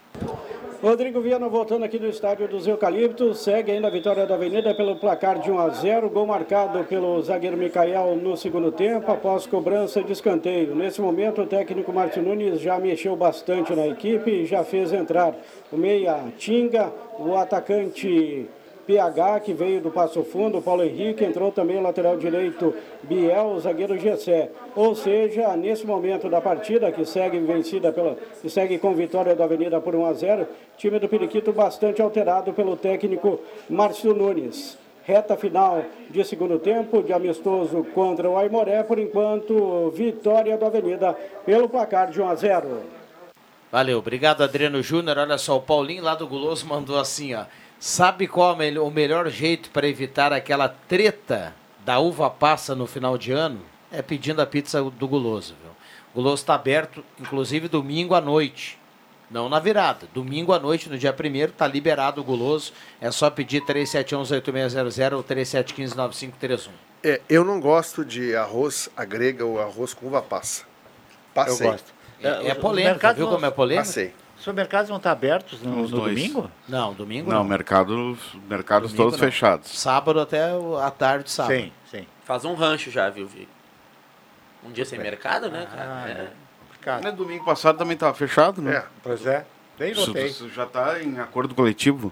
Speaker 4: Rodrigo Viana voltando aqui do estádio dos Eucaliptos, segue ainda a vitória da Avenida pelo placar de um a zero, gol marcado pelo zagueiro Micael no segundo tempo, após cobrança de escanteio. Nesse momento o técnico Márcio Nunes já mexeu bastante na equipe e já fez entrar o meia Tinga, o atacante P H, que veio do Passo Fundo, o Paulo Henrique, entrou também o lateral direito Biel, o zagueiro Gessé. Ou seja, nesse momento da partida, que segue vencida pela, que segue com vitória da Avenida por um a zero, time do Periquito bastante alterado pelo técnico Márcio Nunes. Reta final de segundo tempo, de amistoso contra o Aimoré, por enquanto, vitória da Avenida pelo placar de um a zero.
Speaker 3: Valeu, obrigado Adriano Júnior. Olha só, o Paulinho lá do Guloso mandou assim, ó. Sabe qual é o melhor, o melhor jeito para evitar aquela treta da uva passa no final de ano? É pedindo a pizza do Guloso, viu? O Guloso está aberto, inclusive domingo à noite. Não na virada. Domingo à noite, no dia primeiro, está liberado o Guloso. É só pedir três sete um oito seis zero zero ou três sete um cinco nove cinco três um.
Speaker 6: É, eu não gosto de arroz à grega ou arroz com uva passa. Passei.
Speaker 5: Eu gosto.
Speaker 3: É, é
Speaker 5: os
Speaker 3: polêmico,
Speaker 5: mercados
Speaker 3: viu
Speaker 5: vão-
Speaker 3: como é polêmico?
Speaker 6: Passei.
Speaker 5: Os supermercados vão estar abertos no,
Speaker 7: Os
Speaker 5: no
Speaker 7: dois.
Speaker 5: domingo?
Speaker 3: Não, domingo
Speaker 7: Não,
Speaker 3: não.
Speaker 7: mercado, mercados
Speaker 3: Domingo
Speaker 7: todos
Speaker 3: não.
Speaker 7: fechados.
Speaker 3: Sábado até o- a tarde, sábado.
Speaker 5: Sim, sim.
Speaker 8: Faz um rancho já, viu, Vic? Um dia sem mercado, né, cara?
Speaker 5: Ah,
Speaker 8: É.
Speaker 5: é. Complicado.
Speaker 7: Mas domingo passado também estava fechado, né?
Speaker 6: É.
Speaker 5: Pois é. Bem
Speaker 7: Isso,
Speaker 5: notei.
Speaker 7: isso já está em acordo coletivo.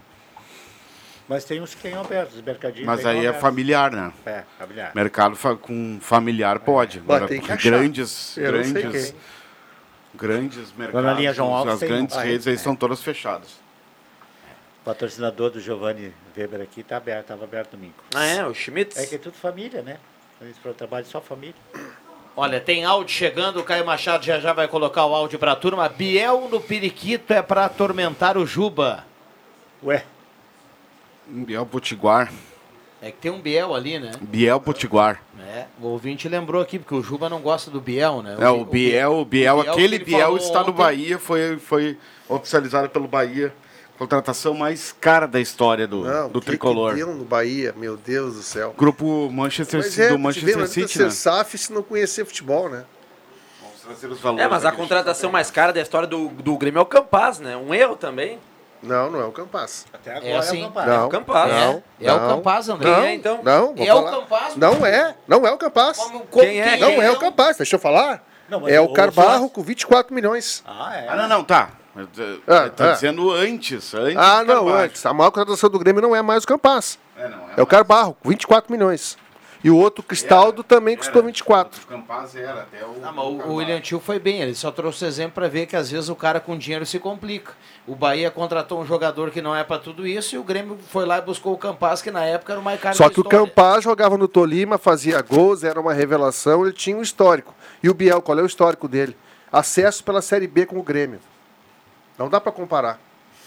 Speaker 5: Mas tem uns que têm abertos, os mercadinhos.
Speaker 7: Mas
Speaker 5: têm
Speaker 7: aí é
Speaker 5: abertos.
Speaker 7: familiar, né?
Speaker 5: É, familiar.
Speaker 7: Mercado fa- com familiar pode.
Speaker 6: Mas
Speaker 7: Agora,
Speaker 6: tem que
Speaker 7: porque
Speaker 6: achar.
Speaker 7: grandes,
Speaker 6: Eu não sei
Speaker 7: grandes,
Speaker 6: quem.
Speaker 7: grandes
Speaker 5: na
Speaker 7: mercados,
Speaker 5: linha João Alves
Speaker 7: as
Speaker 5: tem
Speaker 7: grandes
Speaker 5: um.
Speaker 7: redes aí estão todas fechadas.
Speaker 5: O patrocinador do Giovanni Weber aqui está aberto, estava aberto domingo.
Speaker 8: Ah, é? O Schmitz?
Speaker 5: É que é tudo família, né? Eles para o trabalho só família.
Speaker 3: Olha, tem áudio chegando, o Caio Machado já já vai colocar o áudio para a turma. Biel no Periquito é para atormentar o Juba.
Speaker 5: Ué,
Speaker 7: Biel Potiguar.
Speaker 3: É que tem um Biel ali, né?
Speaker 7: Biel Potiguar.
Speaker 3: É, o ouvinte lembrou aqui, porque o Juba não gosta do Biel, né?
Speaker 7: É, o Biel, o Biel,
Speaker 3: o Biel
Speaker 7: aquele
Speaker 3: que ele
Speaker 7: Biel
Speaker 3: falou
Speaker 7: está no
Speaker 3: ontem.
Speaker 7: Bahia, foi, foi oficializado pelo Bahia. Contratação mais cara da história do,
Speaker 6: Não,
Speaker 7: do
Speaker 6: que
Speaker 7: tricolor.
Speaker 6: Que deu no Bahia, meu Deus do céu.
Speaker 7: Grupo Manchester,
Speaker 6: Mas é,
Speaker 7: do
Speaker 6: te
Speaker 7: Manchester
Speaker 6: vê, não
Speaker 7: City,
Speaker 6: adianta
Speaker 7: né?
Speaker 6: ser S A F se não conhecer futebol, né?
Speaker 7: Vamos trazer os valores
Speaker 8: É, mas a
Speaker 7: aqui.
Speaker 8: contratação mais cara da história do, do Grêmio é o Campaz, né? Um erro também.
Speaker 6: Não, não é o Campas.
Speaker 5: até agora
Speaker 3: É assim.
Speaker 5: é o Campari.
Speaker 6: Não,
Speaker 8: o Campaz.
Speaker 6: não,
Speaker 3: É o
Speaker 6: não.
Speaker 3: Campaz, André.
Speaker 6: Não,
Speaker 8: Quem é, então?
Speaker 6: não, vou
Speaker 3: É o
Speaker 6: falar.
Speaker 3: Campaz?
Speaker 6: Não é, não é o Campas.
Speaker 3: Como- como-
Speaker 8: Quem é?
Speaker 6: Não é o
Speaker 3: então?
Speaker 6: Campas, deixa eu falar.
Speaker 5: Não, mas
Speaker 6: É o
Speaker 5: o-
Speaker 6: Carbarro com vinte e quatro milhões.
Speaker 5: Ah, é.
Speaker 7: Ah, não, não, tá.
Speaker 6: Ah,
Speaker 7: tá
Speaker 6: ah.
Speaker 7: dizendo antes. antes
Speaker 6: Ah,
Speaker 7: do
Speaker 6: não,
Speaker 7: Carvalho.
Speaker 6: antes. A maior contratação do Grêmio não é mais o Campas.
Speaker 7: É, não,
Speaker 6: É o Carbarro, com vinte e quatro milhões. E o outro, Cristaldo, também custou vinte e quatro.
Speaker 7: O Campaz era até o.
Speaker 3: Ah, mas o, o
Speaker 7: Carvalho.
Speaker 3: William Tio foi bem, ele só trouxe exemplo para ver que às vezes o cara com dinheiro se complica. O Bahia contratou um jogador que não é para tudo isso e o Grêmio foi lá e buscou o Campaz, que na época era o mais caro
Speaker 6: Só
Speaker 3: da
Speaker 6: que o
Speaker 3: história.
Speaker 6: Campas jogava no Tolima, fazia gols, era uma revelação, ele tinha um histórico. E o Biel, qual é o histórico dele? Acesso pela Série B com o Grêmio. Não dá pra comparar.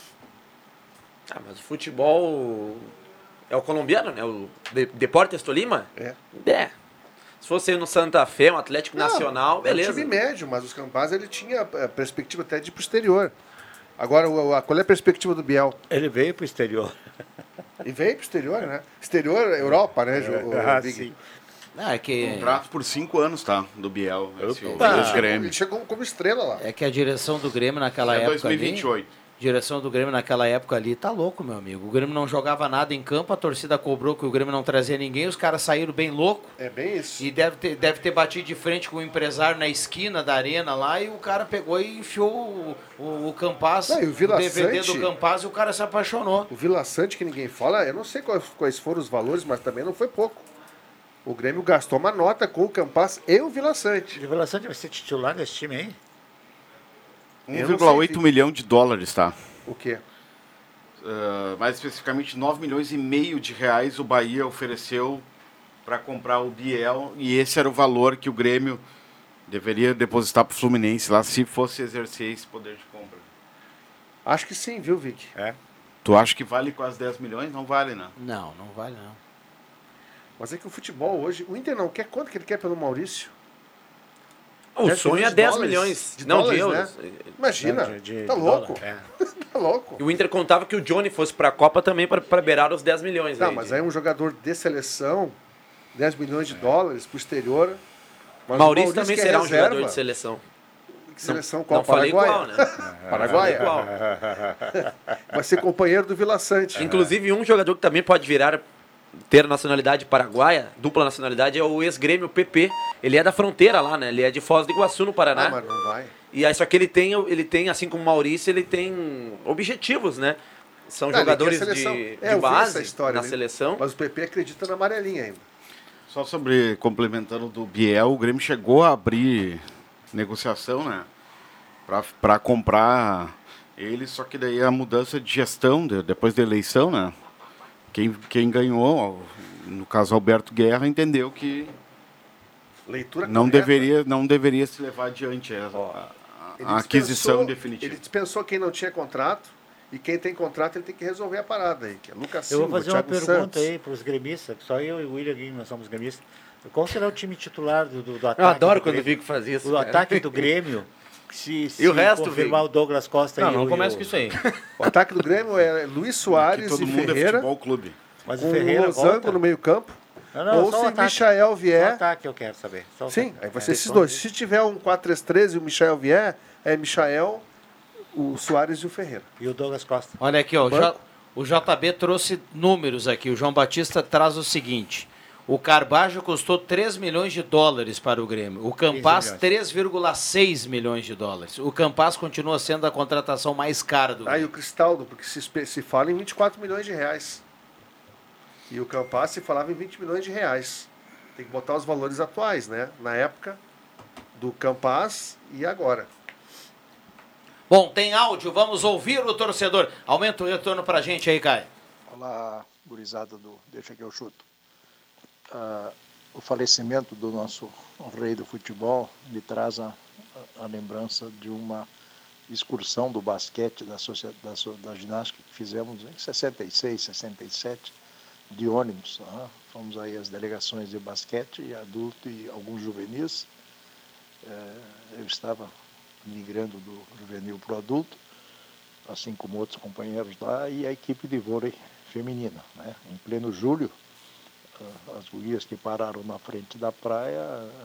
Speaker 8: Ah, mas o futebol é o colombiano, né? O De- Deportes Tolima?
Speaker 6: É.
Speaker 8: É. Se fosse no Santa Fé, um Atlético
Speaker 6: Não,
Speaker 8: Nacional, beleza.
Speaker 6: É um time médio, mas os Campas ele tinha é, perspectiva até de ir pro exterior. Agora, o- a, qual é a perspectiva do Biel?
Speaker 5: Ele veio para o exterior.
Speaker 6: E veio pro exterior, né? Exterior, Europa, né, Ju- o,
Speaker 5: Ah,
Speaker 6: Big?
Speaker 5: sim.
Speaker 3: Não, é que,
Speaker 7: Contrato por cinco anos, tá? Do Biel. Esse, o
Speaker 6: Ele
Speaker 7: do
Speaker 6: chegou-
Speaker 7: Grêmio.
Speaker 6: Ele chegou como estrela lá.
Speaker 3: é que a direção do Grêmio naquela
Speaker 7: É
Speaker 3: época
Speaker 7: dois mil e vinte e
Speaker 3: ali,
Speaker 7: oito.
Speaker 3: Direção do Grêmio naquela época ali, tá louco, meu amigo. O Grêmio não jogava nada em campo, a torcida cobrou que o Grêmio não trazia ninguém, os caras saíram bem louco.
Speaker 6: É bem isso.
Speaker 3: E deve ter, deve ter batido de frente com o empresário na esquina da arena lá, e o cara pegou e enfiou o, o, o Campaz,
Speaker 6: não, e o, Vila
Speaker 3: o D V D
Speaker 6: Sante,
Speaker 3: do Campaz, e o cara se apaixonou.
Speaker 6: O Vila Sante, que ninguém fala, eu não sei quais, quais foram os valores, mas também não foi pouco. O Grêmio gastou uma nota com o Campaz e o Vila Sante.
Speaker 5: O Vila Sante vai ser titular nesse time aí?
Speaker 7: um vírgula oito milhão de dólares, tá?
Speaker 6: O quê?
Speaker 7: Uh, mais especificamente nove milhões e meio de reais o Bahia ofereceu para comprar o Biel, e esse era o valor que o Grêmio deveria depositar para o Fluminense lá se fosse exercer esse poder de compra.
Speaker 6: Acho que sim, viu, Vic?
Speaker 7: É. Tu acha que vale quase dez milhões? Não vale, né?
Speaker 3: Não, não vale não.
Speaker 6: Mas é que o futebol hoje, o Inter não quer, quanto que ele quer pelo Maurício?
Speaker 8: O sonho é dez milhões,
Speaker 6: de
Speaker 8: não
Speaker 6: dólares,
Speaker 8: de euros.
Speaker 6: Né? Imagina,
Speaker 8: de, de,
Speaker 6: tá
Speaker 8: de
Speaker 6: louco.
Speaker 8: É.
Speaker 6: Tá louco.
Speaker 8: E o Inter contava que o Johnny fosse pra Copa também para beirar os dez milhões.
Speaker 6: Não,
Speaker 8: aí,
Speaker 6: mas
Speaker 8: de...
Speaker 6: aí um jogador de seleção, dez milhões de é. dólares pro exterior.
Speaker 8: Mas Maurício, Maurício também será um jogador de seleção.
Speaker 6: Que seleção?
Speaker 8: Não,
Speaker 6: qual?
Speaker 8: Não falei
Speaker 6: Paraguaia?
Speaker 8: igual, né?
Speaker 6: Paraguaia?
Speaker 8: Igual.
Speaker 6: Vai ser companheiro do Vila Sante.
Speaker 8: Inclusive, um jogador que também pode virar... ter nacionalidade paraguaia, dupla nacionalidade, é o ex-Grêmio P P. Ele é da fronteira lá, né? Ele é de Foz do Iguaçu, no Paraná.
Speaker 6: Ah, mas não vai.
Speaker 8: E aí, só que ele tem, ele tem, assim como o Maurício, ele tem objetivos, né? São não, jogadores de, de
Speaker 6: é,
Speaker 8: base
Speaker 6: história,
Speaker 8: na
Speaker 6: né?
Speaker 8: seleção.
Speaker 6: Mas o P P acredita na amarelinha ainda.
Speaker 7: Só sobre, complementando do Biel, o Grêmio chegou a abrir negociação, né? Para comprar ele, só que daí a mudança de gestão, de, depois da eleição, né? Quem, quem ganhou, no caso Alberto Guerra, entendeu que
Speaker 6: Leitura
Speaker 7: não
Speaker 6: correta.
Speaker 7: deveria, não deveria se levar adiante a, a, a aquisição definitiva.
Speaker 6: Ele dispensou quem não tinha contrato, e quem tem contrato ele tem que resolver a parada aí, que é Lucas
Speaker 5: Eu
Speaker 6: Silva,
Speaker 5: vou fazer
Speaker 6: Thiago
Speaker 5: uma pergunta
Speaker 6: Santos.
Speaker 5: aí para os gremistas, que só eu e o William Guim, nós somos gremistas. Qual será o time titular do, do, do ataque?
Speaker 8: Eu adoro
Speaker 5: do
Speaker 8: quando o
Speaker 5: Grêmio?
Speaker 8: Vico faz isso.
Speaker 5: O
Speaker 8: cara.
Speaker 5: ataque do Grêmio, se, se
Speaker 8: e o resto,
Speaker 5: confirmar
Speaker 8: Vico?
Speaker 5: o Douglas Costa
Speaker 10: não,
Speaker 5: e
Speaker 10: não
Speaker 5: o...
Speaker 10: começa com isso aí.
Speaker 6: O ataque do Grêmio é Luiz Soares
Speaker 7: todo
Speaker 6: e
Speaker 7: mundo
Speaker 6: Ferreira.
Speaker 7: É futebol clube.
Speaker 5: Mas
Speaker 6: com
Speaker 5: o Ferreira
Speaker 6: o Losango
Speaker 5: volta?
Speaker 6: no meio campo.
Speaker 5: Não, não,
Speaker 6: ou
Speaker 5: só
Speaker 6: se
Speaker 5: o ataque.
Speaker 6: Michael vier...
Speaker 5: Só o ataque eu quero saber. Só o
Speaker 6: Sim,
Speaker 5: ataque.
Speaker 6: aí vai ser
Speaker 5: É,
Speaker 6: esses dois. Se tiver um quatro três três e o Michael vier, é Michael, o Soares e o Ferreira.
Speaker 5: E o Douglas Costa.
Speaker 3: Olha aqui, ó, o, J, o J B trouxe números aqui. O João Batista traz o seguinte: o Carbajo custou três milhões de dólares para o Grêmio. O Campaz, três vírgula seis milhões de dólares. O Campaz continua sendo a contratação mais cara do Grêmio.
Speaker 6: Ah, e o Cristaldo, porque se, se fala em vinte e quatro milhões de reais. E o Campaz se falava em vinte milhões de reais. Tem que botar os valores atuais, né? Na época do Campaz e agora.
Speaker 3: Bom, tem áudio, vamos ouvir o torcedor. Aumenta o retorno pra gente aí, Caio.
Speaker 11: Olá, gurizada do Deixa que eu chuto. Uh, o falecimento do nosso rei do futebol me traz a, a, a lembrança de uma excursão do basquete da, da, da ginástica que fizemos em sessenta e seis, sessenta e sete, de ônibus. Uh, fomos aí as delegações de basquete, e adulto e alguns juvenis. Uh, eu estava migrando do juvenil para o adulto, assim como outros companheiros lá, e a equipe de vôlei feminina, né? Em pleno julho, as gurias que pararam na frente da praia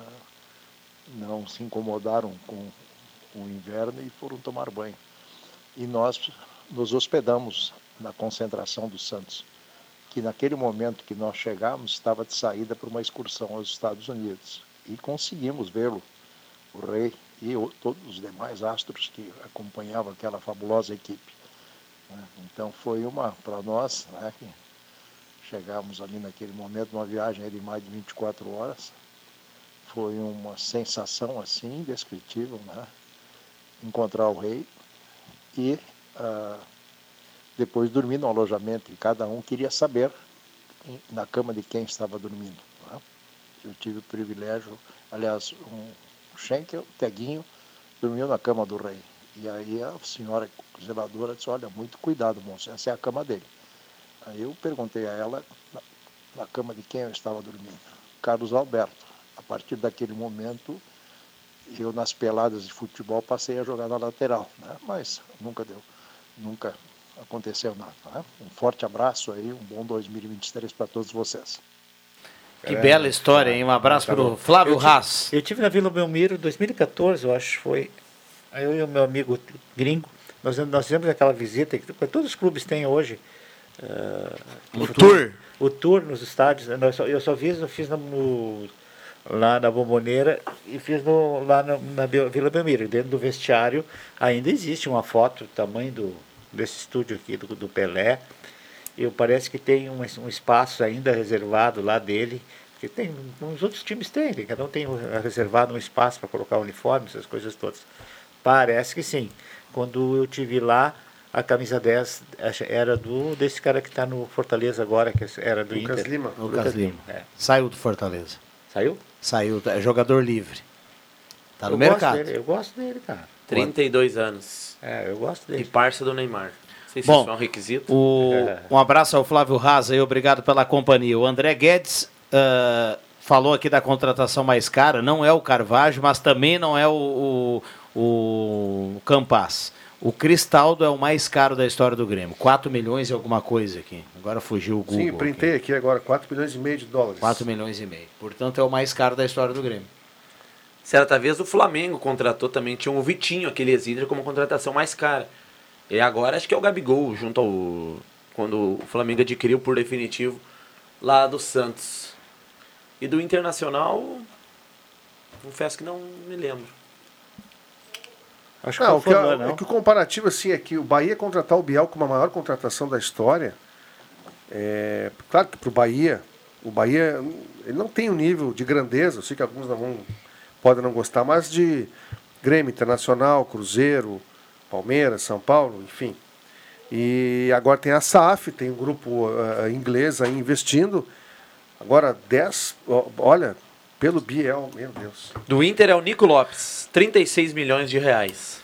Speaker 11: não se incomodaram com o inverno e foram tomar banho. E nós nos hospedamos na concentração do Santos, que naquele momento que nós chegamos estava de saída para uma excursão aos Estados Unidos. E conseguimos vê-lo, o rei e o, todos os demais astros que acompanhavam aquela fabulosa equipe. Então foi uma, para nós, né, que chegamos ali naquele momento, uma viagem de mais de vinte e quatro horas, foi uma sensação assim indescritível, né? Encontrar o rei e ah, depois dormir no alojamento, e cada um queria saber na cama de quem estava dormindo, né? Eu tive o privilégio, aliás, um Schenkel, Teguinho, dormiu na cama do rei. E aí a senhora zeladora disse: olha, muito cuidado, moço, essa é a cama dele. Aí eu perguntei a ela na, na cama de quem eu estava dormindo. Carlos Alberto. A partir daquele momento, eu nas peladas de futebol passei a jogar na lateral, né? Mas nunca deu, nunca aconteceu nada, né? Um forte abraço aí, um bom dois mil e vinte e três para todos vocês.
Speaker 3: Que é, bela história, hein? Um abraço tá para o Flávio Haas.
Speaker 5: Eu tive na Vila Belmiro em dois mil e quatorze, eu acho que foi. Aí eu e o meu amigo gringo Nós, nós fizemos aquela visita que todos os clubes têm hoje. Uh,
Speaker 3: o tour.
Speaker 5: O tour nos estádios. Eu só, eu só fiz, eu fiz no, lá na Bombonera e fiz no, lá no, na Vila Belmiro. Dentro do vestiário ainda existe uma foto do tamanho do, desse estúdio aqui do, do Pelé. E parece que tem um, um espaço ainda reservado lá dele. Que tem, os outros times têm, cada um tem reservado um espaço para colocar o uniforme, essas coisas todas. Parece que sim. Quando eu tive lá, a camisa dez era do desse cara que está no Fortaleza agora, que era do
Speaker 6: Lucas
Speaker 5: Inter.
Speaker 6: Lima.
Speaker 3: Lucas, Lucas Lima. É. Saiu do Fortaleza.
Speaker 5: Saiu?
Speaker 3: Saiu, é jogador livre. Tá no
Speaker 5: eu
Speaker 3: mercado.
Speaker 5: Gosto dele, eu gosto dele, cara.
Speaker 8: trinta e dois anos.
Speaker 5: É, eu gosto dele.
Speaker 8: E parça do Neymar. Não sei se
Speaker 3: Bom,
Speaker 8: isso é um requisito.
Speaker 3: O, um abraço ao Flávio Raza e obrigado pela companhia. O André Guedes uh, falou aqui da contratação mais cara, não é o Carvalho, mas também não é o, o, o Campas. O Cristaldo é o mais caro da história do Grêmio. quatro milhões e alguma coisa aqui. Agora fugiu o Google.
Speaker 6: Sim, printei aqui, aqui agora, quatro milhões e meio de dólares.
Speaker 3: quatro milhões e meio. Portanto, é o mais caro da história do Grêmio.
Speaker 8: Certa vez o Flamengo contratou também, tinha o Vitinho, aquele ex-Inter, como contratação mais cara. E agora acho que é o Gabigol, junto ao... Quando o Flamengo adquiriu por definitivo lá do Santos. E do Internacional, confesso que não me lembro.
Speaker 6: Acho que não, o que é, não. É que o comparativo assim é que o Bahia contratar o Biel como a maior contratação da história. É, claro que para o Bahia, o Bahia ele não tem um nível de grandeza, eu sei que alguns não vão, podem não gostar, mas de Grêmio, Internacional, Cruzeiro, Palmeiras, São Paulo, enfim. E agora tem a S A F, tem um grupo uh, inglês aí investindo. Agora dez, olha, pelo Biel, meu Deus.
Speaker 8: Do Inter é o Nico Lopes, trinta e seis milhões de reais.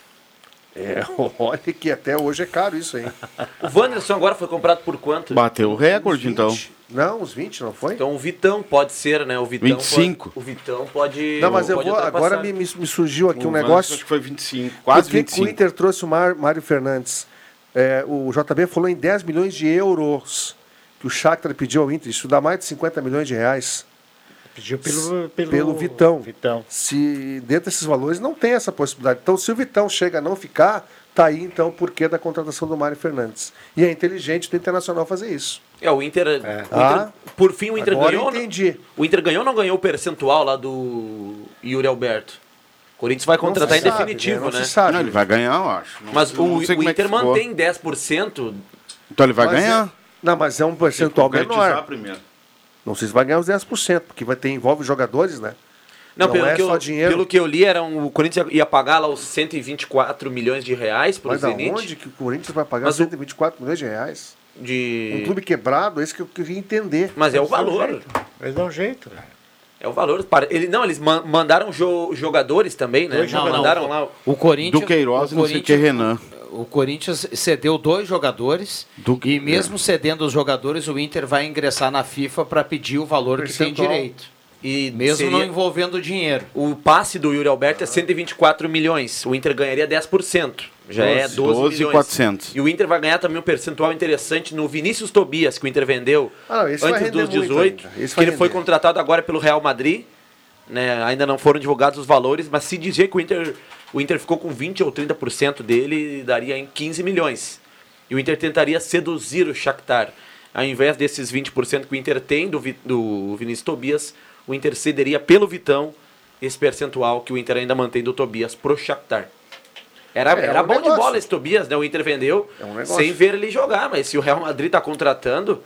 Speaker 6: É, olha que até hoje é caro isso aí.
Speaker 8: O Wanderson agora foi comprado por quanto?
Speaker 7: Bateu o recorde, então.
Speaker 6: Não, uns vinte, não foi?
Speaker 8: Então o Vitão pode ser, né? O Vitão
Speaker 7: vinte e cinco.
Speaker 8: Pode, o Vitão pode.
Speaker 6: Não, mas eu
Speaker 8: pode
Speaker 6: vou, agora me, me surgiu aqui
Speaker 7: o
Speaker 6: um negócio.
Speaker 7: Acho que foi vinte e cinco, quase vinte e cinco.
Speaker 6: O Inter trouxe o Mário Fernandes. É, o J B falou em dez milhões de euros que o Shakhtar pediu ao Inter. Isso dá mais de cinquenta milhões de reais.
Speaker 5: Pediu pelo, pelo,
Speaker 6: pelo Vitão.
Speaker 5: Vitão.
Speaker 6: Se dentro desses valores não tem essa possibilidade. Então, se o Vitão chega a não ficar, tá aí então o porquê da contratação do Mário Fernandes. E é inteligente do Internacional fazer isso.
Speaker 8: É, o Inter.
Speaker 6: É.
Speaker 8: O Inter
Speaker 6: Ah,
Speaker 8: por fim, o Inter
Speaker 6: agora
Speaker 8: ganhou.
Speaker 6: entendi.
Speaker 8: O Inter ganhou ou não ganhou o percentual lá do Yuri Alberto? O Corinthians vai contratar em
Speaker 6: sabe,
Speaker 8: definitivo,
Speaker 6: né? Não
Speaker 8: né?
Speaker 6: se sabe.
Speaker 7: Não, ele vai ganhar, eu acho. Não,
Speaker 8: Mas
Speaker 7: não
Speaker 8: o,
Speaker 7: sei
Speaker 8: o
Speaker 7: como é que
Speaker 8: Inter
Speaker 7: ficou.
Speaker 8: mantém dez por cento.
Speaker 7: Então ele vai
Speaker 6: Mas
Speaker 7: ganhar.
Speaker 6: é- não, mas é um percentual
Speaker 7: Tem que concretizar
Speaker 6: menor.
Speaker 7: primeiro.
Speaker 6: Não sei se vai ganhar os dez por cento, porque vai ter, envolve jogadores, né?
Speaker 8: Não,
Speaker 6: Não
Speaker 8: pelo,
Speaker 6: é
Speaker 8: que
Speaker 6: só
Speaker 8: eu,
Speaker 6: dinheiro.
Speaker 8: pelo que eu li, era um, o Corinthians ia pagar lá os cento e vinte e quatro milhões de reais para o
Speaker 6: Mas da
Speaker 8: Zenit.
Speaker 6: onde que o Corinthians vai pagar
Speaker 8: Mas o-
Speaker 6: cento e vinte e quatro milhões de reais?
Speaker 8: De...
Speaker 6: Um clube quebrado, é isso que eu queria entender.
Speaker 8: Mas é o
Speaker 5: Eles dão
Speaker 8: valor.
Speaker 5: jeito. Eles dão jeito, cara.
Speaker 8: É o valor. Para- Ele, não, eles man- mandaram jo- jogadores também, né?
Speaker 3: Dois
Speaker 8: Não,
Speaker 3: jogadores.
Speaker 8: mandaram lá. o-
Speaker 3: O Corinthians,
Speaker 7: Do Queiroz
Speaker 3: o
Speaker 7: e não sei o que,
Speaker 3: Corinthians-
Speaker 7: Renan.
Speaker 3: O Corinthians cedeu dois jogadores
Speaker 7: Do-
Speaker 3: e mesmo cedendo os jogadores, o Inter vai ingressar na FIFA para pedir o valor que tem
Speaker 6: Percentual.
Speaker 3: direito.
Speaker 8: E
Speaker 3: Mesmo
Speaker 8: seria-
Speaker 3: não envolvendo dinheiro.
Speaker 8: O passe do Yuri Alberto é cento e vinte e quatro milhões. O Inter ganharia dez por cento. Já é doze
Speaker 7: doze e
Speaker 8: milhões.
Speaker 7: quatrocentos.
Speaker 8: E o Inter vai ganhar também um percentual interessante no Vinícius Tobias, que o Inter vendeu
Speaker 6: Ah, não, esse vai
Speaker 8: antes
Speaker 6: render
Speaker 8: dos
Speaker 6: muito
Speaker 8: dezoito.
Speaker 6: ainda. Esse
Speaker 8: Que
Speaker 6: vai
Speaker 8: ele foi
Speaker 6: render.
Speaker 8: contratado agora pelo Real Madrid. Né? Ainda não foram divulgados os valores, mas se dizer que o Inter, o Inter ficou com vinte ou trinta por cento dele, daria em quinze milhões. E o Inter tentaria seduzir o Shakhtar. Ao invés desses vinte por cento que o Inter tem do, Vi- do Vinícius Tobias, o Inter cederia pelo Vitão esse percentual que o Inter ainda mantém do Tobias pro Shakhtar. Era,
Speaker 6: É,
Speaker 8: era
Speaker 6: é um
Speaker 8: bom de
Speaker 6: negócio.
Speaker 8: bola esse Tobias, né? O Inter vendeu
Speaker 6: É um negócio.
Speaker 8: sem ver ele jogar, mas se o Real Madrid está contratando,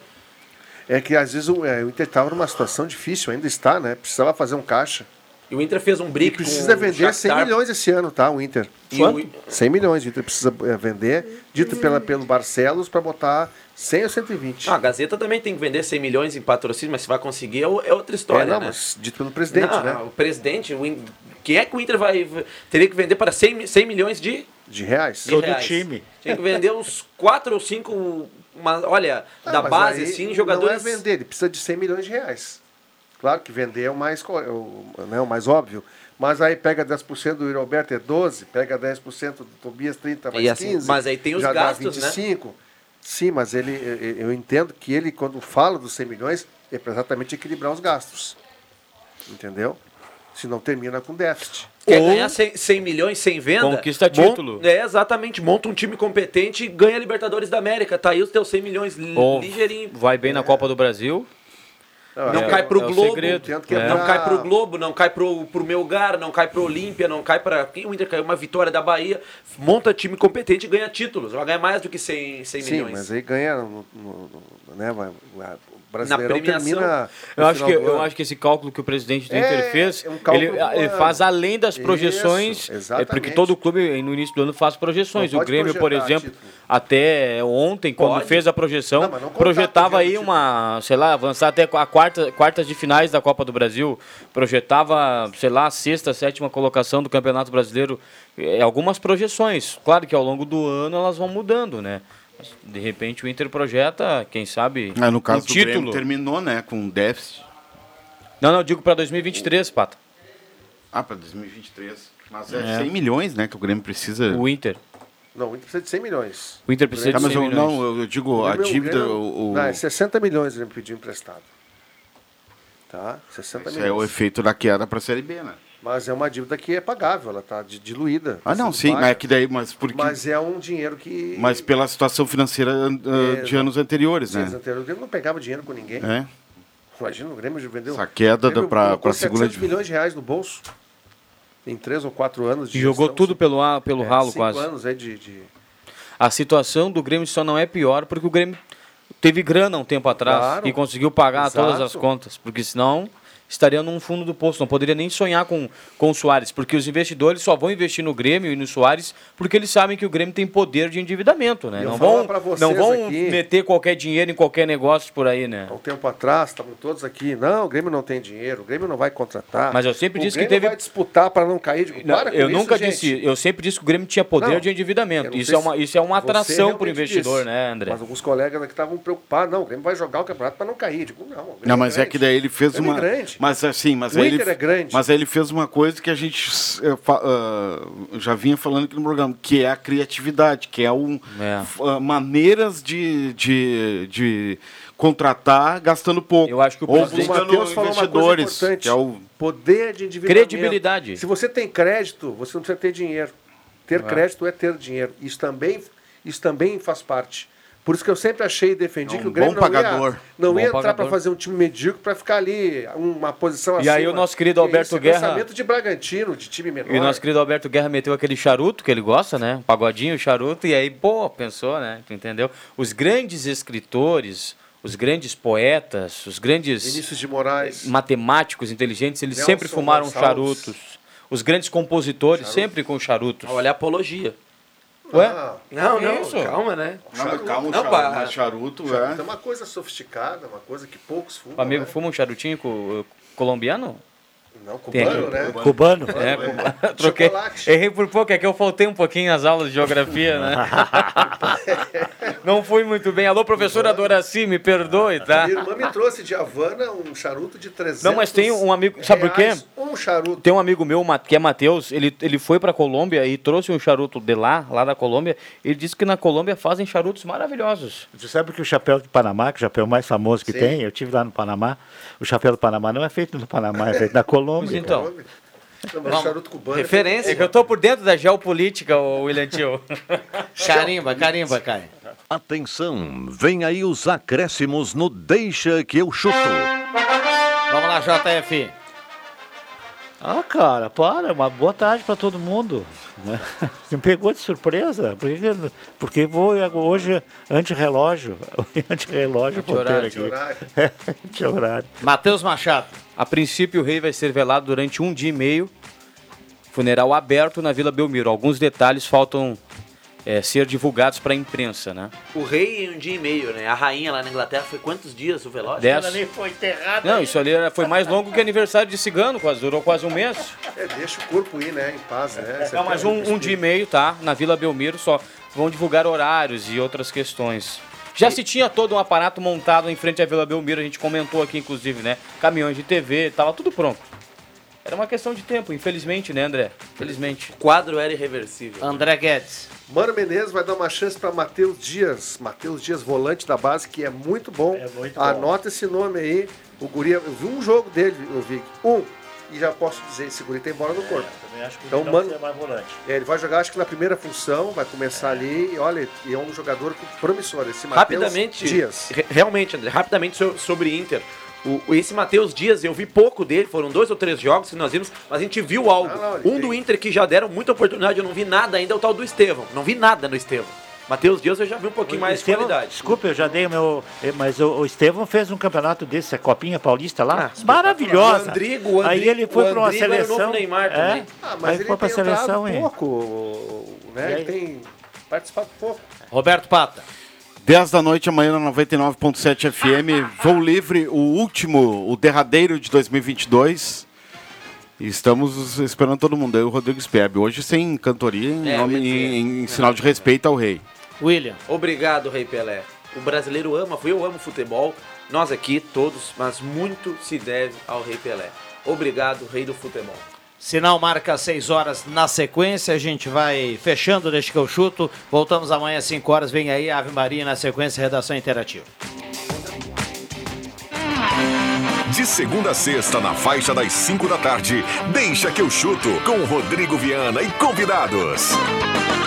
Speaker 6: É que às vezes o, é, o Inter estava numa situação difícil, ainda está, né? Precisava fazer um caixa.
Speaker 8: e o Inter fez um
Speaker 6: E
Speaker 8: brick
Speaker 6: precisa
Speaker 8: com o
Speaker 6: vender cem
Speaker 8: Shakhtar.
Speaker 6: milhões esse ano, tá? O Inter.
Speaker 8: E o-
Speaker 6: cem milhões o Inter precisa é, vender, dito pela, pelo Barcelos, para botar cem ou cento e vinte.
Speaker 8: Ah, a Gazeta também tem que vender cem milhões em patrocínio, mas se vai conseguir é o- é outra história,
Speaker 6: é, não,
Speaker 8: né?
Speaker 6: mas dito pelo presidente,
Speaker 8: Não,
Speaker 6: né?
Speaker 8: O presidente, o In- quem é que o Inter vai teria que vender para cem, mi- cem milhões de,
Speaker 6: De reais.
Speaker 8: de
Speaker 5: Todo
Speaker 8: reais?
Speaker 5: time.
Speaker 8: Tem que vender uns quatro ou cinco, uma, olha,
Speaker 6: Ah,
Speaker 8: da
Speaker 6: mas
Speaker 8: base,
Speaker 6: aí
Speaker 8: assim, jogadores...
Speaker 6: Não é vender, ele precisa de cem milhões de reais. Claro que vender é o mais, co- é o, né, o mais óbvio. Mas aí pega dez por cento do Yuri Alberto, é doze, pega dez por cento do Tobias, trinta mais
Speaker 8: E assim,
Speaker 6: quinze.
Speaker 8: mas aí tem os
Speaker 6: já
Speaker 8: gastos,
Speaker 6: dá vinte e cinco. Sim, mas ele, eu- eu entendo que ele, quando fala dos cem milhões, é para exatamente equilibrar os gastos. Entendeu? Se não termina com déficit.
Speaker 8: Quer
Speaker 10: Ou-
Speaker 8: ganhar cem, cem milhões sem venda?
Speaker 10: Conquista título.
Speaker 8: Mon- É, exatamente. Monta um time competente e ganha a Libertadores da América. Tá aí os teus cem milhões li-
Speaker 10: Ou
Speaker 8: ligeirinho.
Speaker 10: vai bem na Copa do Brasil.
Speaker 8: Não
Speaker 10: É,
Speaker 8: cai pro
Speaker 10: é o
Speaker 8: Globo,
Speaker 10: segredo.
Speaker 6: Tento
Speaker 10: É.
Speaker 6: quebrar-
Speaker 8: não cai pro Globo, não cai pro, pro Melgar, não cai pro Olímpia, não cai pra... Quem o Inter caiu? Uma vitória da Bahia. Monta time competente e ganha títulos. Vai ganhar mais do que cem, cem
Speaker 6: Sim,
Speaker 8: milhões.
Speaker 6: mas aí ganha, no, no- no- né, vai- vai- o Brasileirão
Speaker 8: premiação.
Speaker 6: termina...
Speaker 10: Eu
Speaker 6: no
Speaker 10: acho, que,
Speaker 6: final do
Speaker 10: eu
Speaker 6: ano.
Speaker 10: acho que esse cálculo que o presidente do
Speaker 6: É,
Speaker 10: Inter fez,
Speaker 6: é um cálculo
Speaker 10: ele,
Speaker 6: do
Speaker 10: ele
Speaker 6: ano.
Speaker 10: faz além das
Speaker 6: Isso,
Speaker 10: projeções, é
Speaker 6: exatamente.
Speaker 10: porque todo clube no início do ano faz projeções.
Speaker 6: Não
Speaker 10: O
Speaker 6: pode
Speaker 10: Grêmio, por
Speaker 6: projetar
Speaker 10: exemplo,
Speaker 6: título.
Speaker 10: até ontem, quando
Speaker 8: Pode.
Speaker 10: fez a projeção,
Speaker 6: Não, mas não contar
Speaker 10: projetava
Speaker 6: com o
Speaker 10: aí
Speaker 6: título.
Speaker 10: uma, sei lá, avançar até a quarta, quartas de finais da Copa do Brasil, projetava, sei lá, a sexta, sétima colocação do Campeonato Brasileiro, é, algumas projeções. Claro que ao longo do ano elas vão mudando, né? Mas, de repente o Inter projeta, quem sabe,
Speaker 7: Ah, no caso
Speaker 10: um
Speaker 7: do Grêmio,
Speaker 10: título.
Speaker 7: terminou, né, com déficit.
Speaker 10: Não, não, eu digo para dois mil e vinte e três, Pata.
Speaker 7: Ah, para dois mil e vinte e três. Mas é,
Speaker 10: É.
Speaker 7: cem milhões, né, que o Grêmio precisa.
Speaker 10: O Inter.
Speaker 6: Não, o Inter precisa de cem milhões.
Speaker 10: O Inter precisa
Speaker 7: Tá,
Speaker 10: de
Speaker 7: mas
Speaker 10: cem
Speaker 7: eu,
Speaker 10: milhões.
Speaker 7: não, eu digo
Speaker 6: O
Speaker 7: a
Speaker 6: Grêmio- o
Speaker 7: dívida.
Speaker 6: Grêmio-
Speaker 7: O, o,
Speaker 6: Não, é sessenta milhões ele pediu emprestado. Tá? sessenta
Speaker 7: esse é
Speaker 6: milhões.
Speaker 7: o efeito da queda para a Série B, né?
Speaker 6: Mas é uma dívida que é pagável, ela está diluída.
Speaker 7: Ah, não,
Speaker 6: sendo
Speaker 7: sim,
Speaker 6: paga.
Speaker 7: mas é que daí, mas porque.
Speaker 6: Mas é um dinheiro que.
Speaker 7: Mas pela situação financeira ah,
Speaker 6: É,
Speaker 7: de anos anteriores,
Speaker 6: Sim,
Speaker 7: né?
Speaker 6: os anteriores, o Grêmio não pegava dinheiro com ninguém.
Speaker 7: É.
Speaker 6: Imagina, o Grêmio vendeu.
Speaker 7: Essa queda
Speaker 6: o Grêmio
Speaker 7: para
Speaker 6: colocou
Speaker 7: a segunda
Speaker 6: setecentos milhões de reais no bolso. Em três ou quatro anos de
Speaker 10: Jogou
Speaker 6: gestão.
Speaker 10: tudo pelo, a- pelo
Speaker 6: É,
Speaker 10: ralo,
Speaker 6: cinco
Speaker 10: quase.
Speaker 6: anos aí de, de...
Speaker 10: A situação do Grêmio só não é pior porque o Grêmio teve grana um tempo atrás
Speaker 6: Claro.
Speaker 10: e conseguiu pagar
Speaker 6: Exato.
Speaker 10: todas as contas. Porque senão estaria num fundo do poço. Não poderia nem sonhar com, com o Soares. Porque os investidores só vão investir no Grêmio e no Soares porque eles sabem que o Grêmio tem poder de endividamento, né?
Speaker 6: E eu
Speaker 10: Não
Speaker 6: falar
Speaker 10: vão,
Speaker 6: pra vocês
Speaker 10: não vão
Speaker 6: aqui-
Speaker 10: meter qualquer dinheiro em qualquer negócio por aí, né?
Speaker 6: Há um tempo atrás, estavam todos aqui. Não, o Grêmio não tem dinheiro, o Grêmio não vai contratar.
Speaker 10: Mas eu sempre
Speaker 6: o
Speaker 10: disse que
Speaker 6: Grêmio
Speaker 10: teve-
Speaker 6: vai disputar para não cair. Digo,
Speaker 10: Não,
Speaker 6: para com
Speaker 10: eu
Speaker 6: isso,
Speaker 10: nunca
Speaker 6: gente.
Speaker 10: disse, eu sempre disse que o Grêmio tinha poder
Speaker 6: Não,
Speaker 10: de
Speaker 6: eu
Speaker 10: endividamento.
Speaker 6: não
Speaker 10: Isso
Speaker 6: sei
Speaker 10: é, uma,
Speaker 6: se
Speaker 10: isso é uma
Speaker 6: você
Speaker 10: atração para o
Speaker 6: realmente
Speaker 10: investidor,
Speaker 6: disse.
Speaker 10: né, André?
Speaker 6: Mas alguns colegas aqui estavam preocupados. Não, o Grêmio vai jogar o campeonato para não cair. Digo, não, o Grêmio
Speaker 7: Não, mas é
Speaker 6: grande.
Speaker 7: que daí ele fez
Speaker 6: O Grêmio
Speaker 7: uma.
Speaker 6: é grande.
Speaker 7: Mas assim, mas
Speaker 6: O
Speaker 7: aí
Speaker 6: Inter
Speaker 7: ele,
Speaker 6: é grande.
Speaker 7: Mas aí ele fez uma coisa que a gente eh, fa- ah, já vinha falando aqui no programa, que é a criatividade, que é, um,
Speaker 10: É.
Speaker 7: f- ah, maneiras de, de, de contratar gastando pouco.
Speaker 10: Eu acho que o
Speaker 7: Ou
Speaker 10: presidente-
Speaker 7: buscando
Speaker 6: O Matheus falou uma coisa
Speaker 7: investidores,
Speaker 6: importante.
Speaker 7: que é o
Speaker 6: Poder de endividamento.
Speaker 10: Credibilidade.
Speaker 6: Se você tem crédito, você não precisa ter dinheiro. Ter crédito é ter dinheiro. Isso também, isso também faz parte. Por isso que eu sempre achei e defendi
Speaker 7: É um
Speaker 6: que o Grêmio
Speaker 7: bom
Speaker 6: não
Speaker 7: pagador.
Speaker 6: ia, não
Speaker 10: Bom
Speaker 6: ia entrar para
Speaker 10: pagador.
Speaker 6: fazer um time medíocre para ficar ali uma posição
Speaker 10: E
Speaker 6: acima.
Speaker 10: aí o nosso querido
Speaker 6: Que
Speaker 10: Alberto
Speaker 6: isso, é
Speaker 10: Guerra-
Speaker 6: pensamento de Bragantino, de time menor.
Speaker 10: E o nosso querido Alberto Guerra meteu aquele charuto que ele gosta, né? Um pagodinho, charuto, e aí, pô, pensou, né? Tu entendeu? Os grandes escritores, os grandes poetas, os grandes
Speaker 6: Vinícius de Moraes.
Speaker 10: matemáticos inteligentes, eles
Speaker 6: Nelson
Speaker 10: sempre fumaram
Speaker 6: Gonçalves.
Speaker 10: charutos. Os grandes compositores sempre com charutos.
Speaker 8: Olha a apologia.
Speaker 10: Ué?
Speaker 6: Ah,
Speaker 8: Não,
Speaker 10: Que
Speaker 8: não,
Speaker 10: isso?
Speaker 8: calma, né?
Speaker 7: Não, mas calma,
Speaker 8: Não,
Speaker 7: charuto,
Speaker 8: pá.
Speaker 7: mas charuto,
Speaker 6: charuto é
Speaker 7: é.
Speaker 6: uma coisa sofisticada, uma coisa que poucos fumam.
Speaker 10: O amigo
Speaker 6: né?
Speaker 10: fuma um charutinho co- colombiano?
Speaker 6: Não,
Speaker 10: Tem
Speaker 6: cubano,
Speaker 10: aqui.
Speaker 6: né?
Speaker 5: Cubano.
Speaker 10: É,
Speaker 6: é.
Speaker 10: troquei.
Speaker 6: Chocolate.
Speaker 10: Errei por pouco, é que eu faltei um pouquinho nas aulas de geografia, né? Não fui muito bem. Alô, professora Doraci, me perdoe, tá?
Speaker 6: Minha irmã me trouxe de Havana um charuto de trezentos
Speaker 10: Não, mas tem um amigo- sabe por quê?
Speaker 6: reais, Um charuto.
Speaker 10: Tem um amigo meu, Ma- que é Matheus, ele, ele foi pra Colômbia e trouxe um charuto de lá, lá da Colômbia. Ele disse que na Colômbia fazem charutos maravilhosos.
Speaker 5: Você sabe que o chapéu do Panamá, que é o chapéu mais famoso que
Speaker 6: Sim.
Speaker 5: tem, eu tive lá no Panamá, o chapéu do Panamá não é feito no Panamá, é feito na Colômbia.
Speaker 10: Pois então.
Speaker 6: Não, mas o charuto cubano.
Speaker 8: Referência.
Speaker 10: É que eu tô por dentro da geopolítica, ô William Tio.
Speaker 3: Carimba, carimba, Caio.
Speaker 12: Atenção, vem aí os acréscimos no Deixa que eu chuto.
Speaker 3: Vamos lá, J F.
Speaker 5: Ah, cara, para, uma boa tarde para todo mundo. Né? Você me pegou de surpresa, porque, porque vou hoje anti-relógio, anti-relógio ponteiro aqui.
Speaker 6: Anti-horário.
Speaker 5: É, anti-horário.
Speaker 3: Matheus Machado.
Speaker 10: A princípio, o rei vai ser velado durante um dia e meio. Funeral aberto na Vila Belmiro. Alguns detalhes faltam é, ser divulgados para a imprensa, né?
Speaker 8: O rei em um dia e meio, né? A rainha lá na Inglaterra foi quantos dias o velório?
Speaker 10: Dez.
Speaker 3: foi enterrado.
Speaker 10: Não, isso ali era- foi mais longo que aniversário de cigano, quase durou quase um mês.
Speaker 6: É, deixa o corpo ir, né? Em paz, né? Você
Speaker 10: Não, mas
Speaker 6: tem
Speaker 10: um, um dia e meio, tá? Na Vila Belmiro só vão divulgar horários e outras questões. Já se tinha todo um aparato montado em frente à Vila Belmiro, a gente comentou aqui, inclusive, né? Caminhões de T V, tava tudo pronto. Era uma questão de tempo, infelizmente, né, André? Infelizmente.
Speaker 8: O quadro era irreversível.
Speaker 3: André Guedes.
Speaker 6: Mano Menezes vai dar uma chance para Matheus Dias. Matheus Dias, volante da base, que é muito bom.
Speaker 5: É muito bom.
Speaker 6: Anota esse nome aí. O Guri, eu vi um jogo dele, eu vi. Um. e já posso dizer, esse guri tem bola no corpo.
Speaker 5: É, também acho que
Speaker 6: então,
Speaker 5: o
Speaker 6: mano,
Speaker 5: é mais volante.
Speaker 6: É, ele vai jogar, acho que na primeira função, vai começar é. ali, e olha, e é um jogador promissor, esse Matheus
Speaker 8: Rapidamente,
Speaker 6: Dias.
Speaker 8: Re realmente, André, rapidamente so sobre Inter. O, esse Matheus Dias, eu vi pouco dele, foram dois ou três jogos que nós vimos, mas a gente viu algo. Não, não, um tem... do Inter que já deram muita oportunidade, eu não vi nada ainda, é o tal do Estevão. Não vi nada no Estevão. Matheus Dias eu já vi um pouquinho o mais
Speaker 5: Estevão,
Speaker 8: de qualidade.
Speaker 5: Desculpa, eu já dei o meu... Mas o, o Estevão fez um campeonato desse, a Copinha Paulista lá, ah, maravilhosa.
Speaker 8: O Andrigo, o Andrigo,
Speaker 5: aí ele foi para uma seleção...
Speaker 8: Era o Neymar
Speaker 5: é,
Speaker 6: ah, mas
Speaker 5: aí
Speaker 6: ele
Speaker 5: foi para a seleção,
Speaker 6: um pouco, né? Ele tem participado pouco.
Speaker 3: Roberto Pata.
Speaker 7: dez da noite amanhã na noventa e nove ponto sete F M, voo livre, o último, o derradeiro de dois mil e vinte e dois. E estamos esperando todo mundo. Eu e o Rodrigo Speb. Hoje sem cantoria, em, é, nome, em, em sinal de respeito ao rei.
Speaker 3: William.
Speaker 8: Obrigado, Rei Pelé. O brasileiro ama, eu amo futebol. Nós aqui, todos, mas muito se deve ao Rei Pelé. Obrigado, Rei do Futebol.
Speaker 3: Sinal marca seis horas na sequência, a gente vai fechando, deixa que eu chuto. Voltamos amanhã às cinco horas, vem aí Ave Maria na sequência, redação interativa.
Speaker 1: De segunda a sexta, na faixa das cinco da tarde, deixa que eu chuto com Rodrigo Viana e convidados.